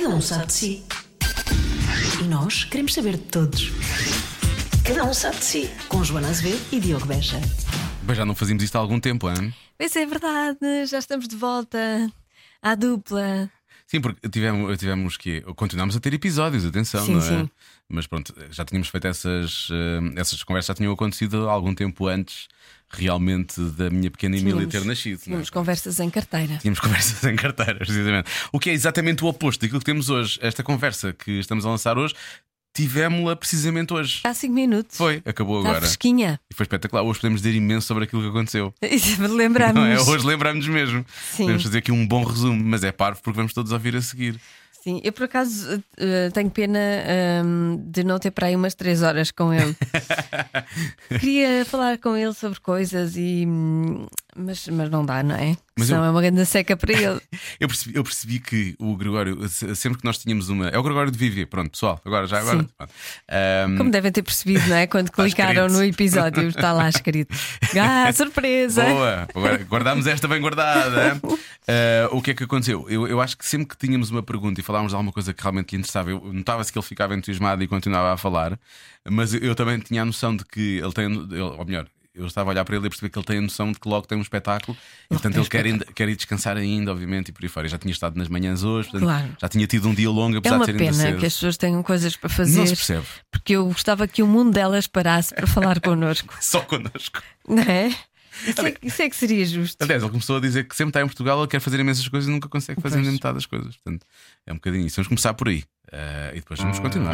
Cada um sabe de si. E nós queremos saber de todos. Cada um sabe de si. Com Joana Azevedo e Diogo Beja. Mas já não fazíamos isto há algum tempo, hein? Pois é verdade, já estamos de volta à dupla. Sim, porque tivemos que continuámos a ter episódios, atenção, Sim, não é? sim. Mas pronto, já tínhamos feito essas conversas, já tinham acontecido há algum tempo antes realmente da minha pequena Emília ter nascido. Tínhamos conversas em carteira. Tínhamos conversas em carteira, precisamente. O que é exatamente o oposto daquilo que temos hoje. Esta conversa que estamos a lançar hoje, tivemos-la precisamente hoje. Há 5 minutos. Foi, acabou Está agora. fresquinha. E foi espetacular. Hoje podemos dizer imenso sobre aquilo que aconteceu. Lembramos. Não é? Hoje lembramos mesmo. Sim. Podemos fazer aqui um bom resumo, mas é parvo porque vamos todos ouvir a seguir. Sim, eu por acaso tenho pena de não ter para aí umas 3 horas com ele. Queria falar com ele sobre coisas mas não dá, não é? Senão é uma grande seca para ele. Eu percebi que o Gregório, sempre que nós tínhamos uma. É o Gregório de Vivier, pronto, pessoal, agora. Sim. Como devem ter percebido, não é? Quando clicaram no episódio, está lá escrito. Surpresa! Boa! Agora guardámos esta bem guardada. O que é que aconteceu? Eu acho que sempre que tínhamos uma pergunta e falávamos de alguma coisa que realmente lhe interessava, eu notava-se que ele ficava entusiasmado e continuava a falar, mas eu também tinha a noção de que ele tem. Ou melhor, eu estava a olhar para ele e perceber que ele tem a noção de que logo tem um espetáculo e portanto ele quer ir descansar ainda, obviamente, e por aí fora. Eu já tinha estado nas manhãs hoje, portanto, claro. Já tinha tido um dia longo, apesar é uma de ser ainda pena cedo. que as pessoas tenham coisas para fazer. Não se percebe. Porque eu gostava que o mundo delas parasse para falar connosco. Só connosco. Não é? Isso é que seria justo. Aliás, ele começou a dizer que sempre está em Portugal, ele quer fazer imensas coisas e nunca consegue fazer nem metade das coisas. Portanto, é um bocadinho isso. Vamos começar por aí e depois vamos continuar.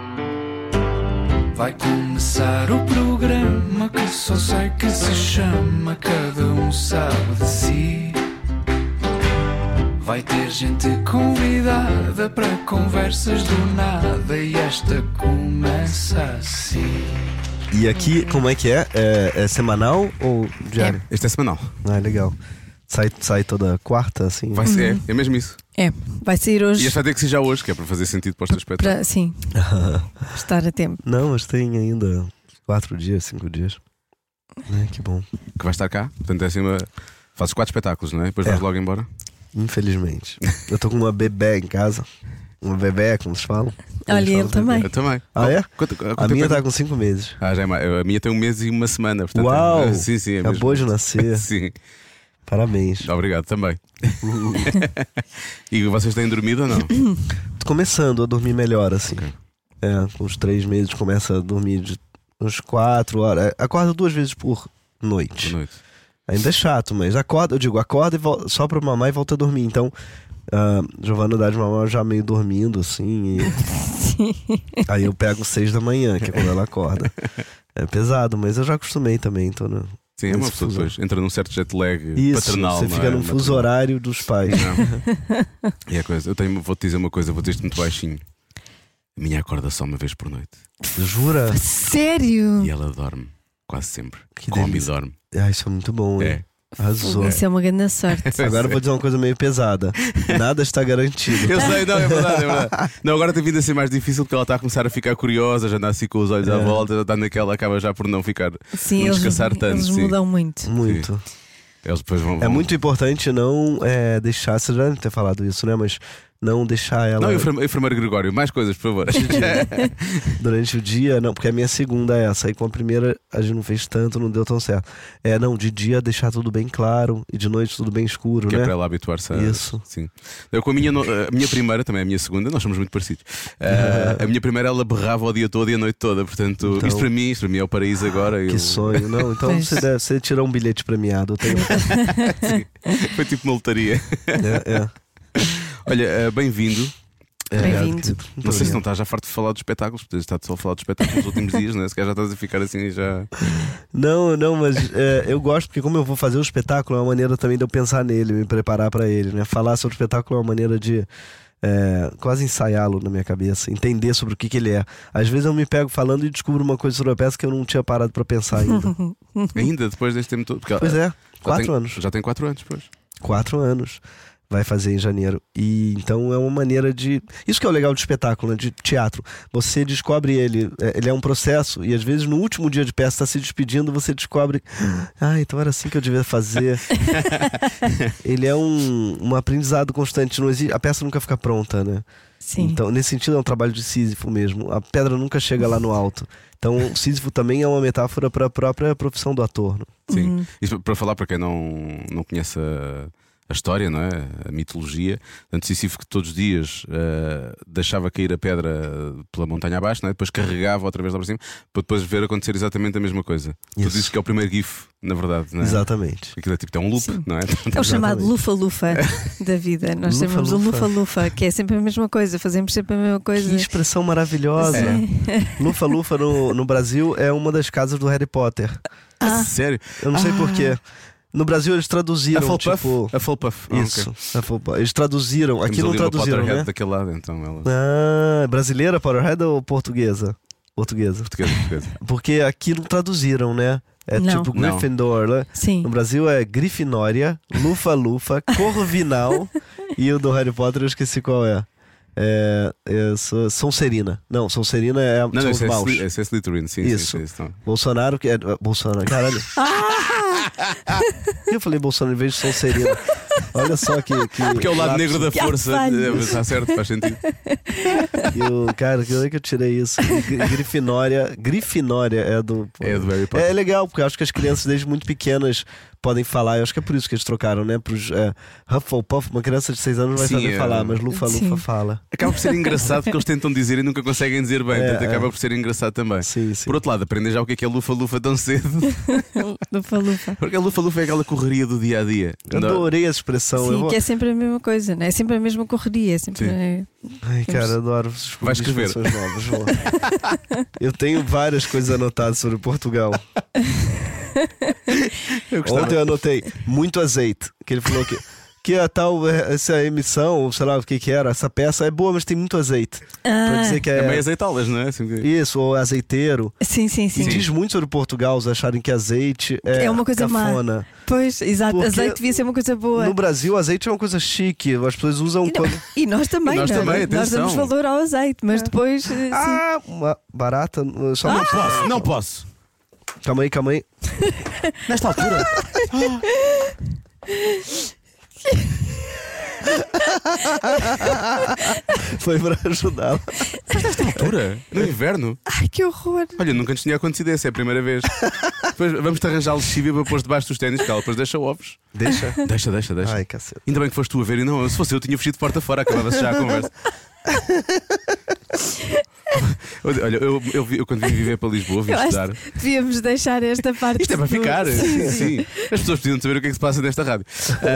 Vai começar o programa que só sei que se chama Cada um sabe de si. Vai ter gente convidada para conversas do nada e esta começa assim. E aqui, como é que é? É semanal ou diário? Este é semanal. Ah, legal. Sai toda quarta, assim? Vai ser, é mesmo isso. Vai sair hoje. E este vai ter que ser já hoje, que é para fazer sentido para os teus espetáculos. Sim, estar a tempo. Não, mas tem ainda 4 dias, 5 dias. Que bom. Que vai estar cá, portanto é assim fazes 4 espetáculos, não é? Depois vais logo embora. Infelizmente. Eu tô com uma bebé em casa. Uma bebé, como se fala. Olha, ele também. Eu também. Ah, é? Quanto a minha tá com 5 meses. Já é mais. A minha tem 1 mês e 1 semana. Portanto, uau! Sim, acabou de nascer. Sim. Parabéns. Obrigado também. E vocês têm dormido ou não? Tô começando a dormir melhor, assim. Okay. Com uns 3 meses começa a dormir de uns 4 horas. Acorda 2 vezes por noite. Boa noite. Ainda é chato, mas acorda e só pra mamar e volta a dormir. Então, Giovana dá de mamar já meio dormindo, assim. Aí eu pego 6 da manhã, que é quando ela acorda. É pesado, mas eu já acostumei também. Sim, é uma pessoa que depois entra num certo jet lag paternal. Você fica num fuso horário dos pais. E a coisa, vou-te dizer uma coisa, vou-te dizer muito baixinho. A minha acorda só uma vez por noite. Jura? Sério? E ela dorme, quase sempre. Que come delícia. E dorme. Isso é muito bom, hein? Arrasou. Isso é uma grande sorte. Agora eu vou dizer uma coisa meio pesada. Nada está garantido. Eu sei, não, é verdade. Não, agora tem vindo a ser mais difícil porque ela está a começar a ficar curiosa, já anda assim com os olhos à volta, já está naquela, acaba já por não ficar. Sim, não descansar tanto. Eles mudam muito. Muito. Eles depois vão. É muito importante não deixar. Você já deve ter falado isso, né? Mas não deixar ela. Não, enfermeiro Gregório, mais coisas, por favor. Durante o dia, não, porque a minha segunda é essa. Aí com a primeira a gente não fez tanto, não deu tão certo. Não, de dia deixar tudo bem claro e de noite tudo bem escuro, que né? É para ela habituar-se a. Isso. Sim. Eu com a minha primeira, também a minha segunda, nós somos muito parecidos. A minha primeira ela berrava o dia todo e a noite toda. Portanto, então, isto para mim é o paraíso agora. Que sonho, não? Então você tira um bilhete premiado. Sim. Foi tipo uma lotaria. Olha, bem-vindo. Bem-vindo. Não sei se não estás já farto de falar dos espetáculos, porque estás só a falar dos espetáculos nos últimos dias, não é? Se calhar já estás a ficar assim já. Não, mas eu gosto, porque como eu vou fazer o espetáculo, é uma maneira também de eu pensar nele, me preparar para ele, né? Falar sobre o espetáculo é uma maneira de quase ensaiá-lo na minha cabeça, entender sobre o que ele é. Às vezes eu me pego falando e descubro uma coisa sobre a peça que eu não tinha parado para pensar ainda. Ainda depois deste tempo todo? Porque Pois 4 anos. Já tem 4 anos, pois. 4 anos. vai fazer em janeiro. E então é uma maneira de... Isso que é o legal do espetáculo, né? De teatro. Você descobre ele é um processo, e às vezes no último dia de peça está se despedindo, você descobre, então era assim que eu devia fazer. Ele é um aprendizado constante. Não existe, a peça nunca fica pronta, né? Sim. Então, nesse sentido, é um trabalho de Sísifo mesmo. A pedra nunca chega lá no alto. Então, Sísifo também é uma metáfora para a própria profissão do ator. Né? Sim. Isto para falar para quem não conhece a história, não é? A mitologia. Portanto, Sísifo, que todos os dias deixava cair a pedra pela montanha abaixo, não é? Depois carregava outra vez lá para cima, para depois ver acontecer exatamente a mesma coisa. Tu dizes que é o primeiro GIF, na verdade, não é? Exatamente. Aquilo é tipo, é um loop, não é? É o chamado lufa-lufa da vida. Nós chamamos o lufa-lufa, que é sempre a mesma coisa, fazemos sempre a mesma coisa. Que expressão maravilhosa. Lufa-lufa no Brasil é uma das casas do Harry Potter. Sério? Eu não sei porquê. No Brasil eles traduziram A Hufflepuff. Isso, Hufflepuff. Eles traduziram. Aqui não traduziram, né? Daquele lado, então ela... Brasileira, Potterhead ou portuguesa? Portuguesa. Porque aqui não traduziram, né? É não. tipo Gryffindor, né? Sim. No Brasil é Grifinória, Lufa-Lufa, Corvinal e o do Harry Potter eu esqueci qual é. Sonserina. Não, Sonserina são os maus. Esse é Slytherin, sim. Isso. Sim, Bolsonaro que é... Bolsonaro, caralho. Eu falei Bolsonaro em vez de Sonserina. Olha só que porque é o lado negro da força. Está certo, faz sentido. Cara, que é que eu tirei isso? Grifinória é do Harry Potter. É legal, porque eu acho que as crianças desde muito pequenas podem falar. Eu acho que é por isso que eles trocaram, né? Pros Hufflepuff, uma criança de 6 anos não vai saber falar, mas Lufa-Lufa fala. Acaba por ser engraçado porque eles tentam dizer e nunca conseguem dizer bem. Portanto, acaba por ser engraçado também. Sim. Por outro lado, aprender já o que é Lufa-Lufa tão cedo. Lufa-lufa. Porque a Lufa-Lufa é aquela correria do dia a dia. Adorei essa expressão. Sim, que é sempre a mesma coisa, né? É sempre a mesma correria. É sempre... Ai, cara, adoro. Vai escrever. Novas, eu tenho várias coisas anotadas sobre Portugal. Ontem eu anotei muito azeite. Que ele falou que a tal essa emissão, ou sei lá o que era, essa peça é boa, mas tem muito azeite. Pra dizer que é meio azeitolas, não é? Assim, isso, ou azeiteiro. Sim. E diz muito sobre Portugal, os acharem que azeite é uma coisa cafona. má. Pois, exato, Porque azeite devia ser uma coisa boa. No Brasil, azeite é uma coisa chique. As pessoas usam E nós também, nós damos valor ao azeite, mas depois. Uma barata. Só não posso. Calma aí. Nesta altura. Foi para ajudá-la. Nesta altura? No inverno? Ai, que horror! Olha, nunca nos tinha acontecido, essa é a primeira vez. Depois vamos-te arranjar lexívia para pôr debaixo dos ténis, que ela depois deixa ovos. Deixa. Deixa. Ai, cacete. Ainda bem que foste tu a ver e não, se fosse eu tinha fugido de porta fora, acabava-se já a conversa. Olha, eu quando vim viver para Lisboa, vim estudar. Devíamos deixar esta parte. Isto é para ficar. Sim. As pessoas precisam de saber o que é que se passa nesta rádio.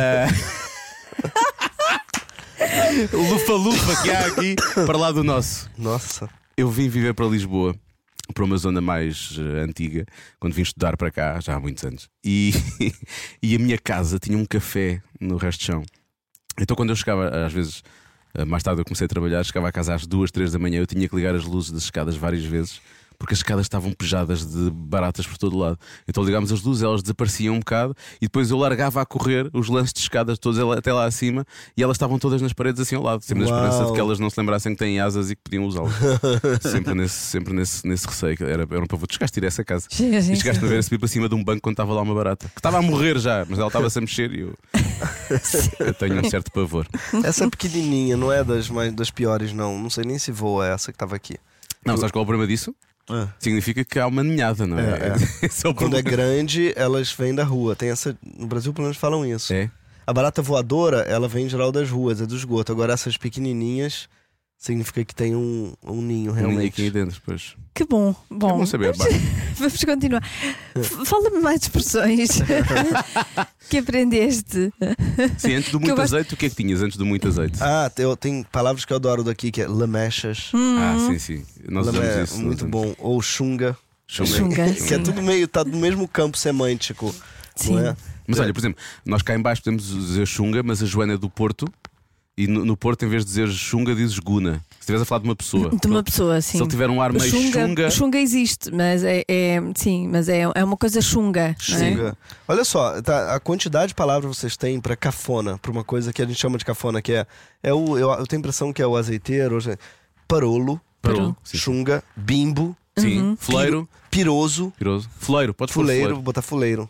O lufa-lufa que há aqui para lá do nosso. Nossa. Eu vim viver para Lisboa, para uma zona mais antiga, quando vim estudar para cá, já há muitos anos. E a minha casa tinha um café no resto de chão. Então quando eu chegava, às vezes, mais tarde eu comecei a trabalhar, chegava a casa às 2, 3 da manhã, eu tinha que ligar as luzes das escadas várias vezes, porque as escadas estavam pejadas de baratas por todo lado. Então ligámos as luzes, elas desapareciam um bocado e depois eu largava a correr os lances de escadas todos até lá acima e elas estavam todas nas paredes assim ao lado, sempre na esperança de que elas não se lembrassem que têm asas e que podiam usá-las. sempre nesse receio. Era um pavor. Tu chegaste a ir a essa casa e chegaste a ver subir para cima de um banco quando estava lá uma barata que estava a morrer já, mas ela estava-se a mexer e eu tenho um certo pavor. Essa pequenininha não é das piores, não. Não sei nem se voa essa que estava aqui. Não, sabes qual é o problema disso? Significa que há uma ninhada, não é? Quando é grande, elas vêm da rua. Tem essa. No Brasil, pelo menos, falam isso. A barata voadora, ela vem em geral das ruas, é do esgoto. Agora, essas pequenininhas significa que tem um ninho, realmente. Um ninho aqui dentro, pois. Que bom. É bom saber. Vamos continuar. Fala-me mais expressões que aprendeste. Sim, antes do muito azeite, o que é que tinhas antes do muito azeite? Eu tenho palavras que eu adoro daqui, que é lamechas. Sim. Nós usamos isso. Muito bom. Ou chunga. Chunga, que é tudo meio, tá no mesmo campo semântico. Sim. Não é? Mas olha, por exemplo, nós cá em baixo podemos dizer chunga, mas a Joana do Porto E no Porto, em vez de dizer chunga, dizes guna. Se estiveres a falar de uma pessoa. De uma pessoa, sim. Se ele tiver um ar meio chunga. Chunga existe, mas sim, mas é uma coisa chunga. Não é? Chunga. Olha só, tá, a quantidade de palavras que vocês têm pra cafona, pra uma coisa que a gente chama de cafona, que eu tenho a impressão que é o azeiteiro, parolo, Sim. chunga, bimbo, Sim. Fuleiro. piroso, Fuleiro, podes pôr fuleiro, fuleiro. vou botar fuleiro.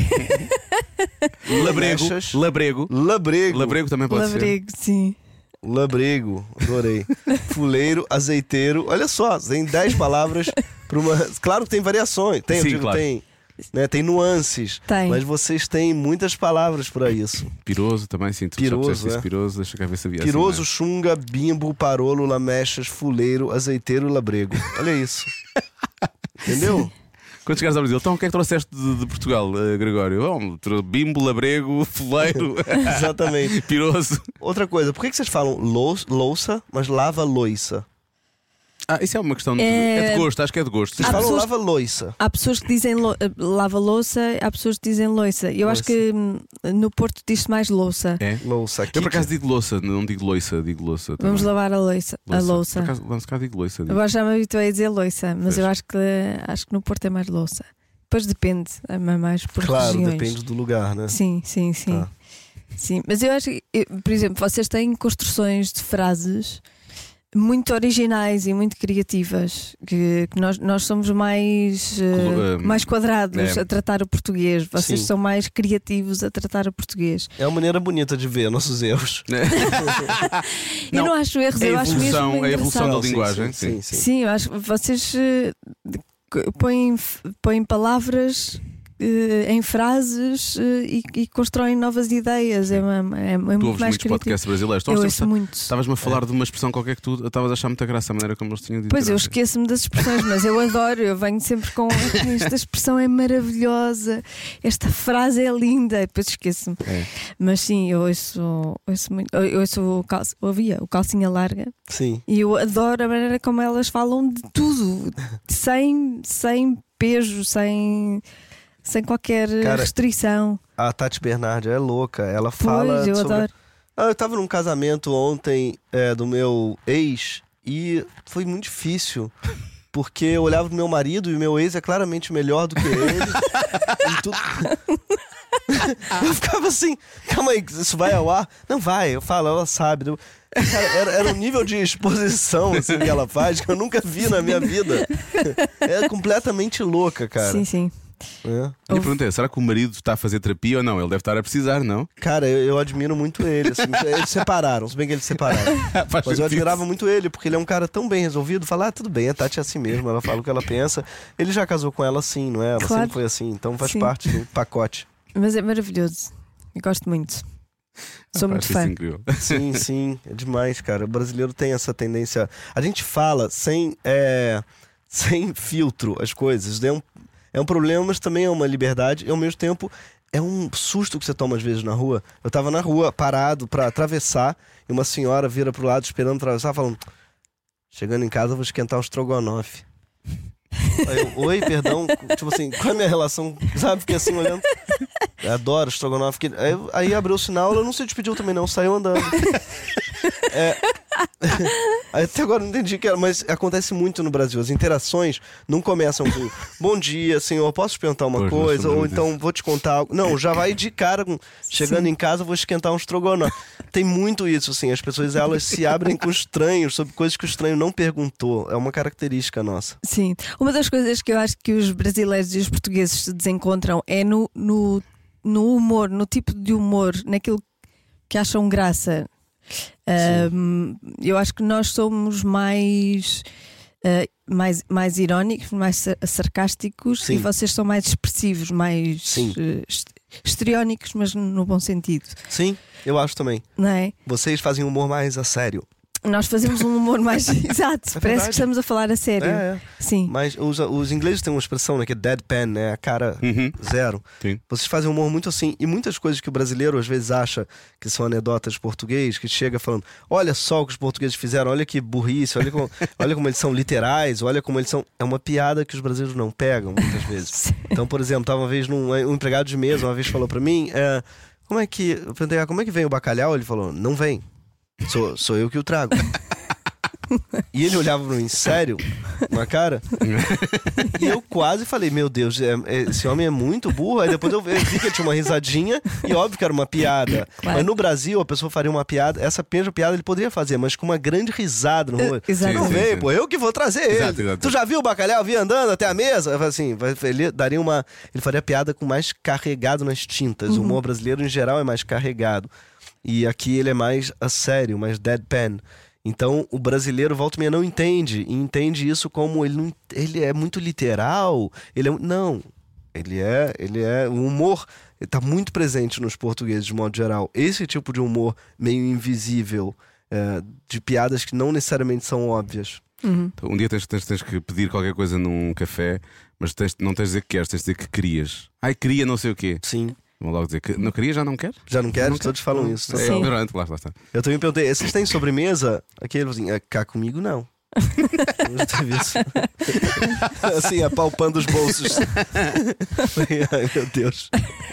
Labrego. Lamechas. Labrego. Labrego também pode ser. Labrego, sim. Labrego, adorei. Fuleiro, azeiteiro. Olha só, tem 10 palavras para uma. Claro que tem variações. Tem, Sim, eu digo, claro. tem nuances. Tem. Mas vocês têm muitas palavras para isso. Piroso também, sim. Tu Piroso, já puseste é. piroso, deixa eu ver se havia Piroso, assim, chunga, bimbo, parolo, lamechas, fuleiro, azeiteiro e labrego. Olha isso. Entendeu? Quando chegares ao Brasil, então o que é que trouxeste de Portugal, Gregório? Bom, bimbo, labrego, fuleiro, Exatamente. piroso. Outra coisa, por que vocês falam louça, mas lava loiça? Isso é uma questão é de gosto, acho que é de gosto. Vocês Há falam pessoas- lava loiça. Há pessoas que dizem lava-louça, há pessoas que dizem loiça. Eu acho que no Porto diz-se mais louça. É? Louça aqui. Eu por acaso digo louça, não digo loiça, digo louça. Vamos também. lavar a louça. A louça. Por acaso, lá cá digo louça. digo. Agora já me habituei a dizer loiça, mas Pois. eu acho que no Porto é mais louça. Depois depende, é mais por Claro, regiões. depende do lugar, né? Sim. Tá. Sim, mas eu acho que, por exemplo, vocês têm construções de frases muito originais e muito criativas, que nós somos mais quadrados é. a tratar o português. Vocês Sim. são mais criativos a tratar o português. É uma maneira bonita de ver nossos erros. Eu não acho erros, eu acho mesmo a evolução da engraçado. linguagem. Sim. Sim, eu acho que vocês põem palavras em frases e constroem novas ideias. É Tu muito ouves mais muitos criativo. podcasts brasileiros. Eu ouço muito. Estavas-me a falar de uma expressão qualquer que tu estavas a achar muita graça, a maneira como eles tinham dito. Pois eu esqueço-me das expressões, mas eu adoro, eu venho sempre com esta expressão é maravilhosa, esta frase é linda, depois esqueço-me. É. Mas sim, eu ouço muito, eu ouvia o Calcinha Larga Sim. e eu adoro a maneira como elas falam de tudo, sem pejo, sem qualquer Cara, restrição. A Tati Bernardi é louca. Ela fala Pois, eu sobre... adoro. Eu tava num casamento ontem do meu ex e foi muito difícil. Porque eu olhava pro meu marido e o meu ex é claramente melhor do que ele. Em tudo. Eu ficava assim, calma aí, isso vai ao ar? Não vai, eu falo, ela sabe. Cara, era um nível de exposição assim, que ela faz que eu nunca vi na minha vida. É completamente louca, cara. Sim. É. Minha pergunta é: será que o marido está a fazer terapia ou não? Ele deve estar a precisar, não? Cara, eu admiro muito ele. Assim, eles separaram, se bem que eles separaram. Faz Mas eu sentido. admirava muito ele, porque ele é um cara tão bem resolvido. Falar, tudo bem, a Tati é assim mesmo, ela fala o que ela pensa. Ele já casou com ela assim, não é? Ela Claro. sempre foi assim, então faz Sim. parte do pacote. Mas é maravilhoso. Eu gosto muito. Sou muito Acho fã. isso incrível. Sim, é demais, cara. O brasileiro tem essa tendência. A gente fala sem filtro as coisas. É um problema, mas também é uma liberdade. E ao mesmo tempo é um susto que você toma às vezes na rua. Eu tava na rua parado pra atravessar e uma senhora vira pro lado esperando atravessar, falando: chegando em casa eu vou esquentar um estrogonofe. Aí eu, oi, perdão, tipo assim, qual é a minha relação? Sabe, fiquei assim olhando. Eu adoro estrogonofe. Aí abriu o sinal, ela não se despediu também não, saiu andando. Aí até agora não entendi o que era, mas acontece muito no Brasil. As interações não começam com bom dia, senhor, posso te perguntar uma Pois, nós coisa? somos Ou muito então vou te contar algo. Não, já vai de cara com chegando em casa, vou esquentar um estrogonofe. Tem muito isso, assim, as pessoas elas se abrem com estranhos sobre coisas que o estranho não perguntou. É uma característica nossa. Sim. Uma das coisas que eu acho que os brasileiros e os portugueses se desencontram é no humor, no tipo de humor, naquilo que acham graça. Eu acho que nós somos mais irónicos, mais sarcásticos. Sim. E vocês são mais expressivos, mais Sim. histriónicos, mas no bom sentido, Sim, eu acho também. não é? Vocês fazem humor mais a sério. Nós fazemos um humor mais exato, parece verdade. que estamos a falar a sério. É. Sim. Mas os ingleses têm uma expressão, né, que é deadpan, né? A cara zero. Sim. Vocês fazem um humor muito assim. E muitas coisas que o brasileiro às vezes acha que são anedotas de português, que chega falando: olha só o que os portugueses fizeram, olha que burrice, olha como eles são literais, olha como eles são. É uma piada que os brasileiros não pegam muitas vezes. Então, por exemplo, tava uma vez um empregado de mesa, uma vez falou pra mim: eu perguntei, como é que vem o bacalhau? Ele falou: não vem. Sou eu que o trago. E ele olhava pra mim, sério, uma cara. E eu quase falei, meu Deus, esse homem é muito burro. Aí depois eu vi que ele tinha uma risadinha. E óbvio que era uma piada. Claro. Mas no Brasil a pessoa faria uma piada. Essa mesma piada ele poderia fazer, mas com uma grande risada no rosto. Exato. Não Sim, vem, sim. pô, eu que vou trazer ele. Exato. Tu já viu o bacalhau vir andando até a mesa? Eu falei assim, ele daria uma. Ele faria piada com mais carregado nas tintas. O humor brasileiro em geral é mais carregado. E aqui ele é mais a sério, mais deadpan. Então o brasileiro volta e meia não entende. E entende isso como ele é muito literal. Não. Ele é. O humor está muito presente nos portugueses, de modo geral. Esse tipo de humor meio invisível, de piadas que não necessariamente são óbvias. Então, um dia tens que pedir qualquer coisa num café, mas não tens de dizer que queres, tens de dizer que querias. Ai, queria não sei o quê. Sim. Vou logo dizer que não queria, já não quer? Já não queres? Todos falam isso. É Sim. ignorante, lá está. Eu também perguntei, vocês têm sobremesa? Aqui ele falou assim, cá comigo não. Eu já teve isso. Assim, apalpando os bolsos. Ai, meu Deus.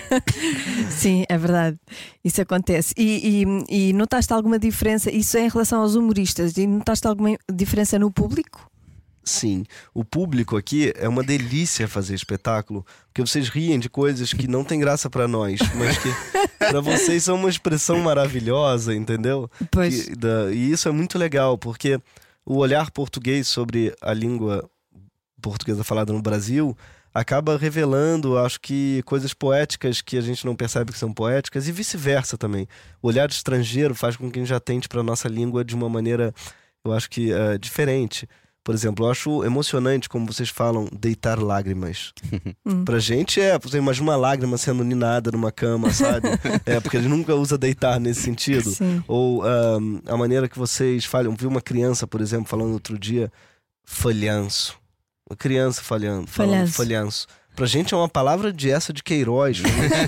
Sim, é verdade. Isso acontece. E notaste alguma diferença? Isso é em relação aos humoristas. E notaste alguma diferença no público? Sim, o público aqui é uma delícia fazer espetáculo, porque vocês riem de coisas que não tem graça pra nós, mas que pra vocês são uma expressão maravilhosa, entendeu? Pois. E isso é muito legal, porque o olhar português sobre a língua portuguesa falada no Brasil acaba revelando, acho que, coisas poéticas que a gente não percebe que são poéticas, e vice-versa também. O olhar estrangeiro faz com que a gente atente pra nossa língua de uma maneira, eu acho que, diferente. Por exemplo, eu acho emocionante como vocês falam deitar lágrimas. Pra gente você imagina uma lágrima sendo ninada numa cama, sabe? Porque a gente nunca usa deitar nesse sentido. Sim. Ou a maneira que vocês falam. Eu vi uma criança, por exemplo, falando outro dia, falhanço. Uma criança falando falhanço. Pra gente é uma palavra de Queiroz.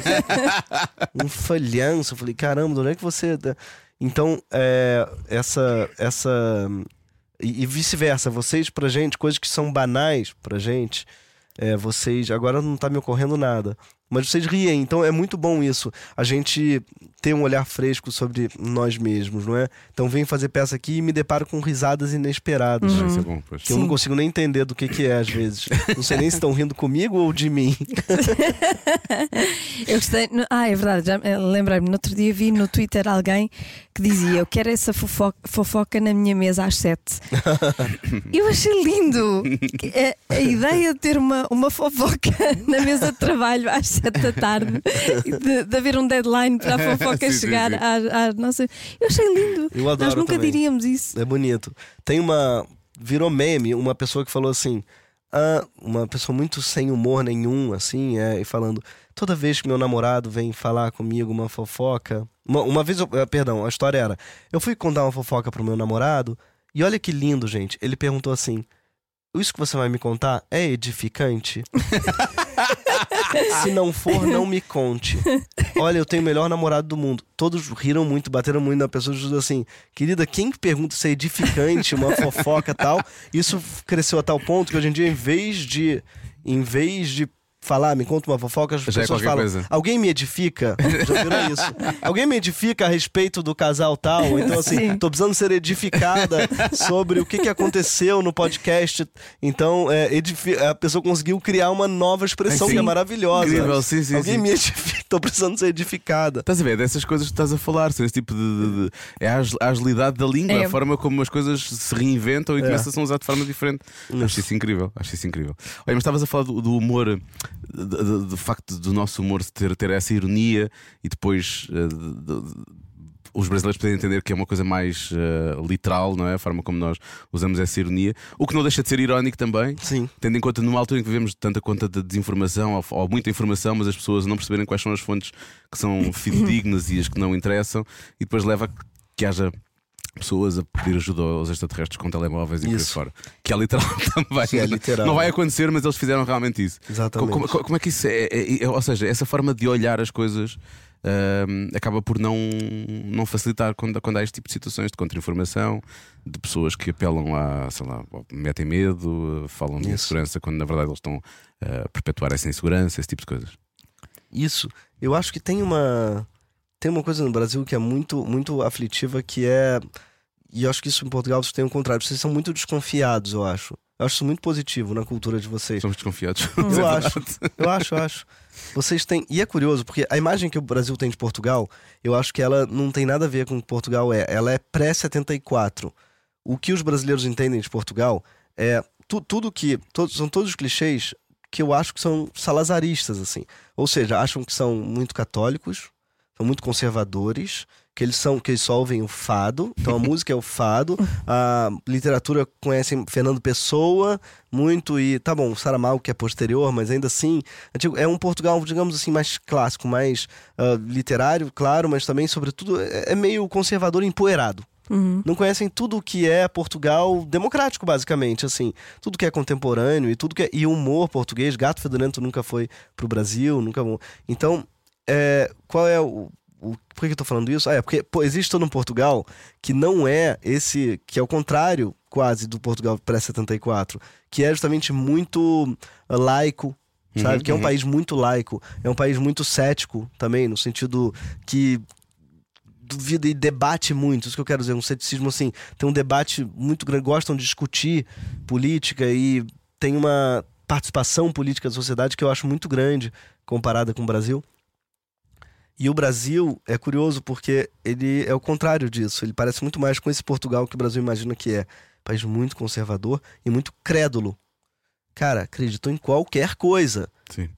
Um falhanço. Eu falei, caramba, de onde é que você... Então, E vice-versa, vocês pra gente, coisas que são banais pra gente, vocês, agora não tá me ocorrendo nada, mas vocês riem, então é muito bom isso, a gente ter um olhar fresco sobre nós mesmos, não é? Então venho fazer peça aqui e me deparo com risadas inesperadas, Isso é bom, pois. que eu não consigo nem entender do que é às vezes, não sei nem se estão rindo comigo ou de mim. Eu gostei. É verdade, já lembrei-me. No outro dia vi no Twitter alguém que dizia: eu quero essa fofoca na minha mesa às 7. Eu achei lindo a ideia de ter uma fofoca na mesa de trabalho às 7 da tarde, de haver um deadline para a fofoca Sim, chegar sim. às nossa. Eu achei lindo. Eu adoro Nós nunca também. diríamos isso. É bonito. Virou meme uma pessoa que falou assim, uma pessoa muito sem humor nenhum, assim, e falando, toda vez que meu namorado vem falar comigo uma fofoca... Uma vez, perdão, a história era, eu fui contar uma fofoca pro meu namorado, e olha que lindo, gente, ele perguntou assim, isso que você vai me contar é edificante? Se não for, não me conte. Olha, eu tenho o melhor namorado do mundo. Todos riram muito, bateram muito na pessoa, dizendo assim, querida, quem pergunta se é edificante, uma fofoca e tal? Isso cresceu a tal ponto que hoje em dia, em vez de falar, me conta uma fofoca, as Já é pessoas qualquer falam, coisa. alguém me edifica? Já viram isso? Alguém me edifica a respeito do casal tal? Então assim, Sim. tô precisando ser edificada sobre o que aconteceu no podcast. Então a pessoa conseguiu criar uma nova expressão Sim. que é maravilhosa. Incrível, sim, Alguém sim. me edifica, tô precisando ser edificada. Estás a ver? Dessas coisas que estás a falar, são esse tipo de é a agilidade da língua, É. a forma como as coisas se reinventam e começam a ser usadas de forma diferente. Acho isso incrível, acho isso incrível. Olha, mas estavas a falar do humor, do facto do nosso humor ter essa ironia e depois os brasileiros podem entender que é uma coisa mais literal, não é? A forma como nós usamos essa ironia, o que não deixa de ser irónico também. Sim. Tendo em conta numa altura em que vivemos tanta conta de desinformação ou muita informação, mas as pessoas não perceberem quais são as fontes que são fidedignas e as que não interessam, e depois leva a que haja pessoas a pedir ajuda aos extraterrestres com telemóveis e por aí Isso. fora. Que é literal também. Sim, é literal. Não vai acontecer, mas eles fizeram realmente isso. Exatamente. Como é que isso é? Ou seja, essa forma de olhar as coisas acaba por não facilitar quando há este tipo de situações de contra-informação, de pessoas que apelam sei lá, metem medo, falam de Isso. insegurança quando na verdade eles estão a perpetuar essa insegurança, esse tipo de coisas. Isso. Eu acho que tem uma Tem uma coisa no Brasil que é muito, muito aflitiva, que é... E eu acho que isso em Portugal vocês têm o contrário. Vocês são muito desconfiados, eu acho. Eu acho isso muito positivo na cultura de vocês. Somos desconfiados. Eu acho. Vocês têm... E é curioso, porque a imagem que o Brasil tem de Portugal, eu acho que ela não tem nada a ver com o que Portugal é. Ela é pré-74. O que os brasileiros entendem de Portugal é tudo que... São todos os clichês que eu acho que são salazaristas, assim. Ou seja, acham que são muito católicos, são muito conservadores, que eles só ouvem o fado. Então a música é o fado, a literatura conhece Fernando Pessoa muito, e tá bom, Saramago, que é posterior, mas ainda assim é um Portugal, digamos assim, mais clássico, mais literário, claro, mas também, sobretudo, é meio conservador e empoeirado. Não conhecem tudo o que é Portugal democrático, basicamente, assim, tudo que é contemporâneo e tudo que é... E humor português. Gato Fedorento nunca foi pro Brasil, nunca... Então, qual é por que eu tô falando isso? Porque existe todo um Portugal que não é esse, que é o contrário quase do Portugal pré-74, que é justamente muito laico, sabe? Que é um país muito laico, é um país muito cético também, no sentido que duvida e debate muito. Isso que eu quero dizer, um ceticismo assim, tem um debate muito grande, gostam de discutir política e tem uma participação política da sociedade que eu acho muito grande comparada com o Brasil. E o Brasil é curioso porque ele é o contrário disso. Ele parece muito mais com esse Portugal que o Brasil imagina que é. Um país muito conservador e muito crédulo. Cara, acreditou em qualquer coisa. Sim.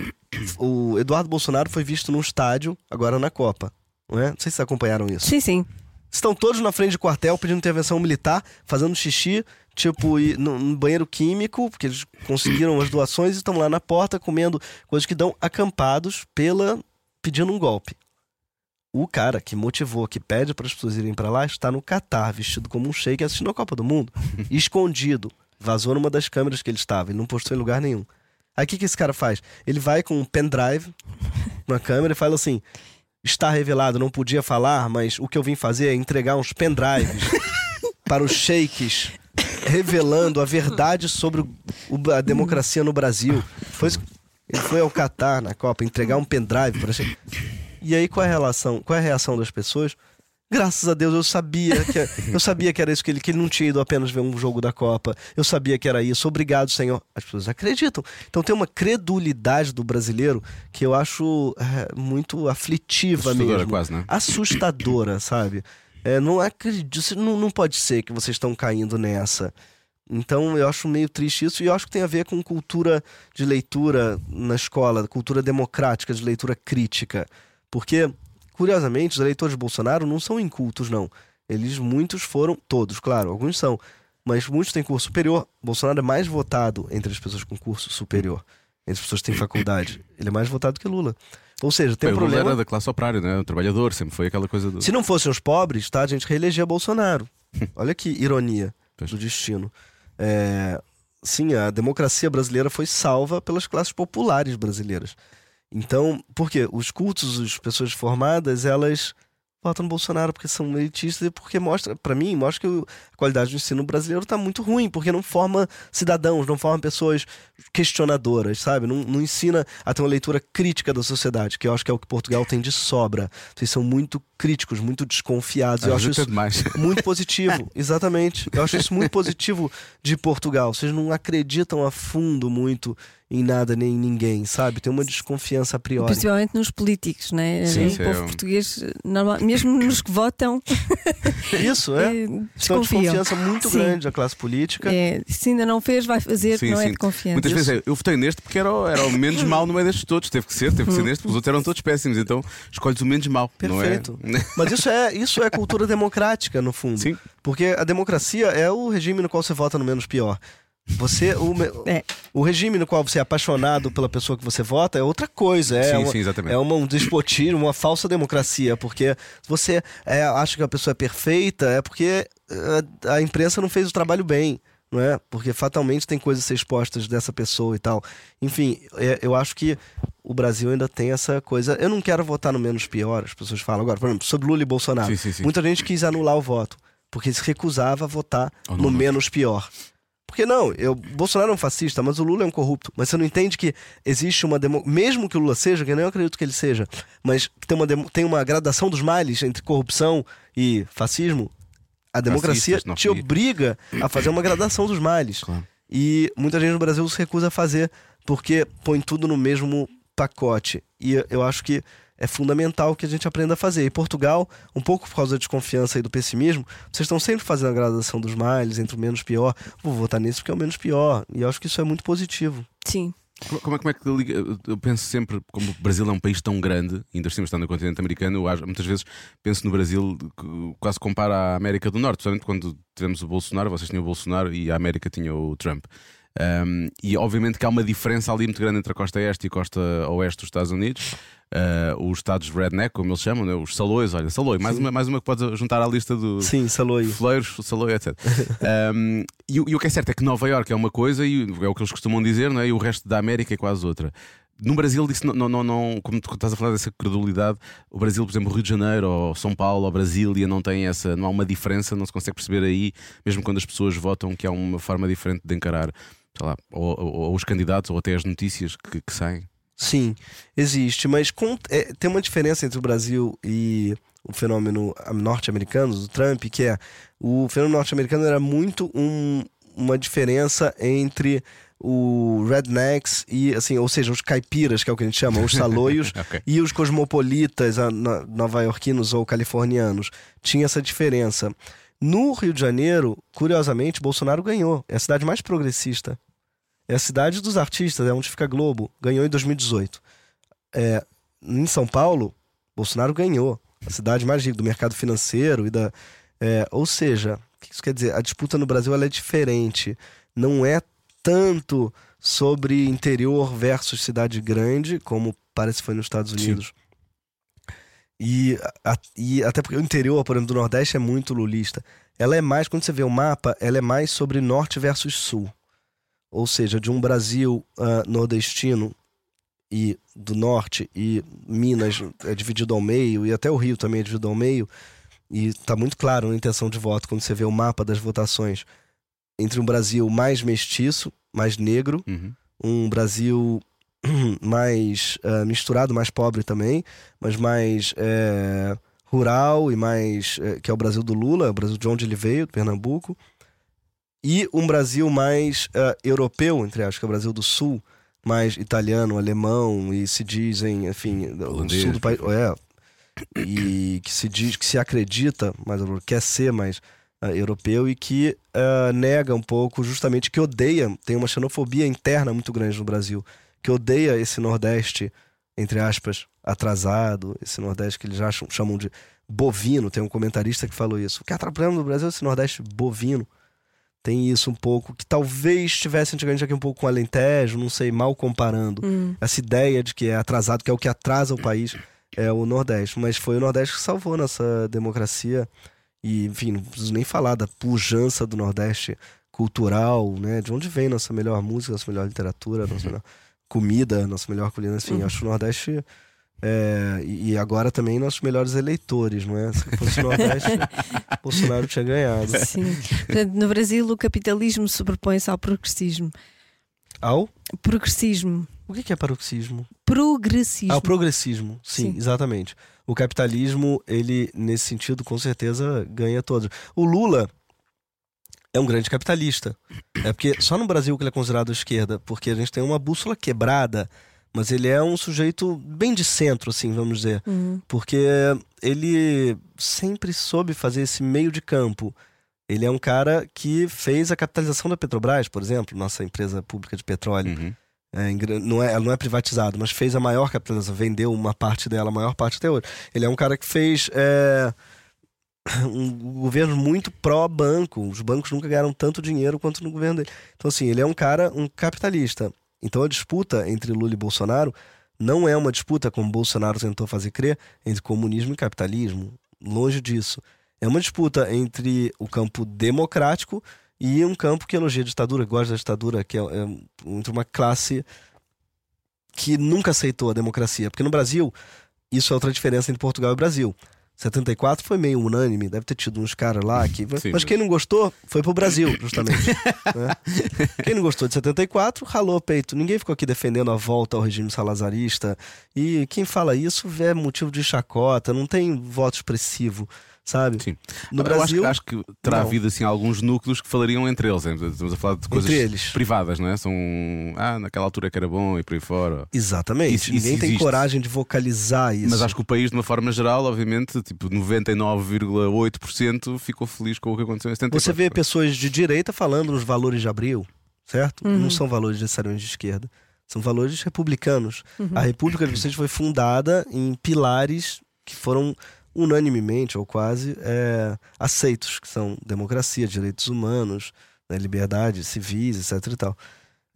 O Eduardo Bolsonaro foi visto num estádio, agora na Copa. Não é? Não sei se vocês acompanharam isso. Sim. Estão todos na frente de quartel pedindo intervenção militar, fazendo xixi, tipo, no banheiro químico, porque eles conseguiram as doações e estão lá na porta comendo coisas que dão, acampados pedindo um golpe. O cara que motivou, que pede para as pessoas irem para lá, está no Catar, vestido como um sheik, assistindo a Copa do Mundo, escondido. Vazou numa das câmeras que ele estava, ele não postou em lugar nenhum. Aí o que esse cara faz? Ele vai com um pendrive na câmera e fala assim: está revelado, não podia falar, mas o que eu vim fazer é entregar uns pendrives para os sheiks, revelando a verdade sobre a democracia no Brasil. Ele foi ao Catar na Copa entregar um pendrive para sheiks. E aí qual é a reação das pessoas? Graças a Deus eu sabia que era isso, que ele não tinha ido apenas ver um jogo da Copa. Eu sabia que era isso. Obrigado, Senhor. As pessoas acreditam. Então tem uma credulidade do brasileiro que eu acho muito aflitiva mesmo. Quase, né? Assustadora, sabe? Não acredito, não pode ser que vocês estão caindo nessa. Então eu acho meio triste isso, e eu acho que tem a ver com cultura de leitura na escola, cultura democrática de leitura crítica. Porque, curiosamente, os eleitores de Bolsonaro não são incultos, não. Muitos foram, todos, claro, alguns são, mas muitos têm curso superior. Bolsonaro é mais votado entre as pessoas com curso superior, entre as pessoas que têm faculdade. Ele é mais votado que Lula. Ou seja, tem um problema... Lula era da classe operária, né? O trabalhador, sempre foi aquela coisa do... Se não fossem os pobres, tá? A gente reelegia Bolsonaro. Olha que ironia do destino. Sim, a democracia brasileira foi salva pelas classes populares brasileiras. Então, por quê? Os cultos, as pessoas formadas, elas votam no Bolsonaro porque são elitistas e porque mostra que a qualidade do ensino brasileiro está muito ruim, porque não forma cidadãos, não forma pessoas questionadoras, sabe? Não ensina a ter uma leitura crítica da sociedade, que eu acho que é o que Portugal tem de sobra. Vocês são muito críticos, muito desconfiados. Eu acho isso muito positivo, exatamente. Eu acho isso muito positivo de Portugal. Vocês não acreditam a fundo muito em nada nem em ninguém, sabe? Tem uma desconfiança a priori. Principalmente nos políticos, né? Sim, o povo português, mesmo nos que votam, isso é uma desconfiança muito grande da classe política. Se ainda não fez, vai fazer, não é de confiança. Muitas vezes eu votei neste porque era o menos mau no meio destes todos. Teve que ser neste, porque os outros eram todos péssimos. Então escolhes o menos mau. Perfeito. Não é? Mas isso é cultura democrática, no fundo. Sim. Porque a democracia é o regime no qual você vota no menos pior. O regime no qual você é apaixonado pela pessoa que você vota é outra coisa. Sim, exatamente. É um despotismo, uma falsa democracia. Porque se você acha que a pessoa é perfeita, é porque a imprensa não fez o trabalho bem, não é? Porque fatalmente tem coisas a ser expostas dessa pessoa e tal. Enfim, eu acho que o Brasil ainda tem essa coisa. Eu não quero votar no menos pior. As pessoas falam agora, por exemplo, sobre Lula e Bolsonaro. Sim. Muita gente quis anular o voto porque se recusava a votar no menos pior. Porque não, Bolsonaro é um fascista, mas o Lula é um corrupto. Mas você não entende que existe uma mesmo que o Lula seja, que eu não acredito que ele seja, mas que tem uma gradação dos males entre corrupção e fascismo. A democracia te obriga a fazer uma gradação dos males. Claro. E muita gente no Brasil se recusa a fazer porque põe tudo no mesmo pacote. E eu acho que é fundamental que a gente aprenda a fazer. E Portugal, um pouco por causa da desconfiança e do pessimismo, vocês estão sempre fazendo a gradação dos males entre o menos pior. Vou votar nesse porque é o menos pior. E eu acho que isso é muito positivo. Sim. Como é que liga? Eu penso sempre, como o Brasil é um país tão grande, ainda assim estando no continente americano, eu muitas vezes penso no Brasil, quase compara à América do Norte, principalmente quando tivemos o Bolsonaro, vocês tinham o Bolsonaro e a América tinha o Trump. E obviamente que há uma diferença ali muito grande entre a costa este e a costa oeste dos Estados Unidos. Os estados redneck, como eles chamam, né? Os salões, olha, saloi, mais uma que podes juntar à lista do Sim, saloi. Fleiros, saloi, etc. E o que é certo é que Nova Iorque é uma coisa e é o que eles costumam dizer, não é? E o resto da América é quase outra. No Brasil, isso não, como tu estás a falar dessa credulidade, o Brasil, por exemplo, o Rio de Janeiro, ou São Paulo, ou Brasília, não há uma diferença, não se consegue perceber aí, mesmo quando as pessoas votam, que há uma forma diferente de encarar, sei lá, ou os candidatos, ou até as notícias que saem. Sim, existe, mas tem uma diferença entre o Brasil e o fenômeno norte-americano, do Trump, que é o fenômeno norte-americano era muito uma diferença entre o rednecks e, assim, ou seja, os caipiras, que é o que a gente chama, os saloios, Okay. e os cosmopolitas nova-iorquinos ou californianos. Tinha essa diferença. No Rio de Janeiro, curiosamente, Bolsonaro ganhou. É a cidade mais progressista. É a cidade dos artistas, é onde fica a Globo. Ganhou em 2018. Em São Paulo, Bolsonaro ganhou. A cidade mais rica do mercado financeiro. Ou seja, o que isso quer dizer? A disputa no Brasil ela é diferente. Não é tanto sobre interior versus cidade grande, como parece que foi nos Estados Unidos. E até porque o interior, por exemplo, do Nordeste é muito lulista. Ela é mais, quando você vê o mapa, ela é mais sobre norte versus sul. Ou seja, de um Brasil nordestino e do norte, e Minas é dividido ao meio, e até o Rio também é dividido ao meio, e está muito claro na intenção de voto, quando você vê o mapa das votações, entre um Brasil mais mestiço, mais negro, um Brasil mais misturado, mais pobre também, mas mais rural e mais... que é o Brasil do Lula, o Brasil de onde ele veio, do Pernambuco, e um Brasil mais europeu, entre aspas, que é o Brasil do Sul, mais italiano, alemão, e se dizem, enfim, o sul do país, e que se diz, que se acredita, mas quer ser mais europeu, e que nega um pouco, justamente, que odeia, tem uma xenofobia interna muito grande no Brasil, que odeia esse Nordeste, entre aspas, atrasado, esse Nordeste que eles já chamam de bovino. Tem um comentarista que falou isso. O que atrapalha no Brasil é esse Nordeste bovino. Tem isso um pouco, que talvez estivesse antigamente aqui um pouco com Alentejo, não sei, mal comparando. Essa ideia de que é atrasado, que é o que atrasa o país, é o Nordeste. Mas foi o Nordeste que salvou nossa democracia. E, enfim, não preciso nem falar da pujança do Nordeste cultural, né? De onde vem nossa melhor música, nossa melhor literatura, nossa melhor comida, nossa melhor culinária. Enfim, acho que o Nordeste... e agora também nossos melhores eleitores, não é? Se fosse o Nordeste, Bolsonaro tinha ganhado. Sim. Portanto, no Brasil o capitalismo sobrepõe-se ao progressismo. Ao? Progressismo. O que é paroxismo? Progressismo. O progressismo, sim, exatamente. O capitalismo, ele, nesse sentido, com certeza ganha todos. O Lula é um grande capitalista. É porque só no Brasil que ele é considerado esquerda, porque a gente tem uma bússola quebrada. Mas ele é um sujeito bem de centro, assim, vamos dizer. Porque ele sempre soube fazer esse meio de campo. Ele é um cara que fez a capitalização da Petrobras, por exemplo, nossa empresa pública de petróleo. Ela não é privatizada, mas fez a maior capitalização, vendeu uma parte dela, a maior parte até hoje. Ele é um cara que fez um governo muito pró-banco. Os bancos nunca ganharam tanto dinheiro quanto no governo dele. Então, assim, ele é um capitalista. Então a disputa entre Lula e Bolsonaro não é uma disputa, como Bolsonaro tentou fazer crer, entre comunismo e capitalismo. Longe disso. É uma disputa entre o campo democrático e um campo que elogia a ditadura, que gosta da ditadura, que é entre uma classe que nunca aceitou a democracia. Porque no Brasil, isso é outra diferença entre Portugal e Brasil. 74 foi meio unânime, deve ter tido uns caras lá que... Sim, mas quem não gostou foi pro Brasil, justamente. Né? Quem não gostou de 74, ralou o peito. Ninguém ficou aqui defendendo a volta ao regime salazarista. E quem fala isso é motivo de chacota, não tem voto expressivo, sabe? Sim. No Eu Brasil, acho que terá não. havido assim alguns núcleos que falariam entre eles. Estamos a falar de coisas eles. privadas, não é? São naquela altura que era bom e por aí fora. Exatamente. Isso Ninguém tem existe. coragem de vocalizar isso. Mas acho que o país, de uma forma geral, obviamente, tipo 99,8% ficou feliz com o que aconteceu em 74. Você vê pessoas de direita falando nos valores de abril, certo? Não são valores necessariamente de esquerda. São valores republicanos. A República de vocês foi fundada em pilares que foram unanimemente, ou quase, aceitos, que são democracia, direitos humanos, né, liberdades civis, etc e tal.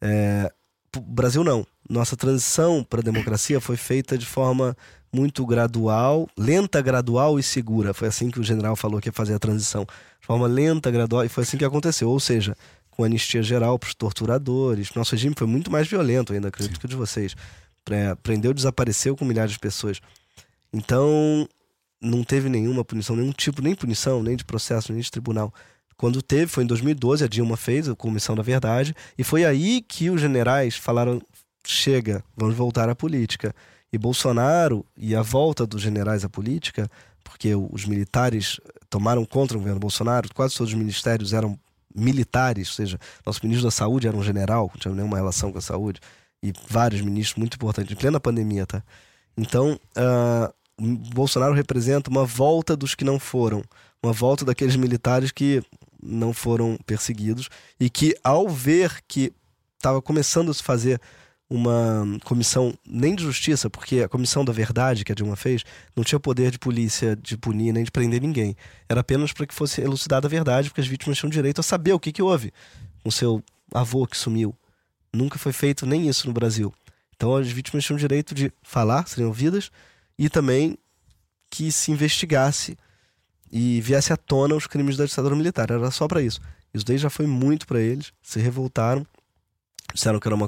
O Brasil não. Nossa transição para a democracia foi feita de forma muito gradual, lenta, gradual e segura. Foi assim que o general falou que ia fazer a transição. De forma lenta, gradual, e foi assim que aconteceu. Ou seja, com anistia geral para os torturadores. Nosso regime foi muito mais violento ainda, acredito que o de vocês. Prendeu, desapareceu com milhares de pessoas. Então, não teve nenhuma punição, nenhum tipo, nem punição, nem de processo, nem de tribunal. Quando teve, foi em 2012, a Dilma fez a Comissão da Verdade, e foi aí que os generais falaram, chega, vamos voltar à política. E Bolsonaro e a volta dos generais à política, porque os militares tomaram contra o governo Bolsonaro, quase todos os ministérios eram militares, ou seja, nosso ministro da Saúde era um general, não tinha nenhuma relação com a saúde, e vários ministros muito importantes, em plena pandemia, tá? Então, Bolsonaro representa uma volta dos que não foram, uma volta daqueles militares que não foram perseguidos e que, ao ver que estava começando a se fazer uma comissão nem de justiça, porque a Comissão da Verdade que a Dilma fez não tinha poder de polícia de punir nem de prender ninguém, era apenas para que fosse elucidada a verdade, porque as vítimas tinham direito a saber o que houve com seu avô que sumiu. Nunca foi feito nem isso no Brasil. Então as vítimas tinham direito de falar, serem ouvidas, e também que se investigasse e viesse à tona os crimes da ditadura militar. Era só para isso. Isso daí já foi muito para eles. Se revoltaram, disseram que era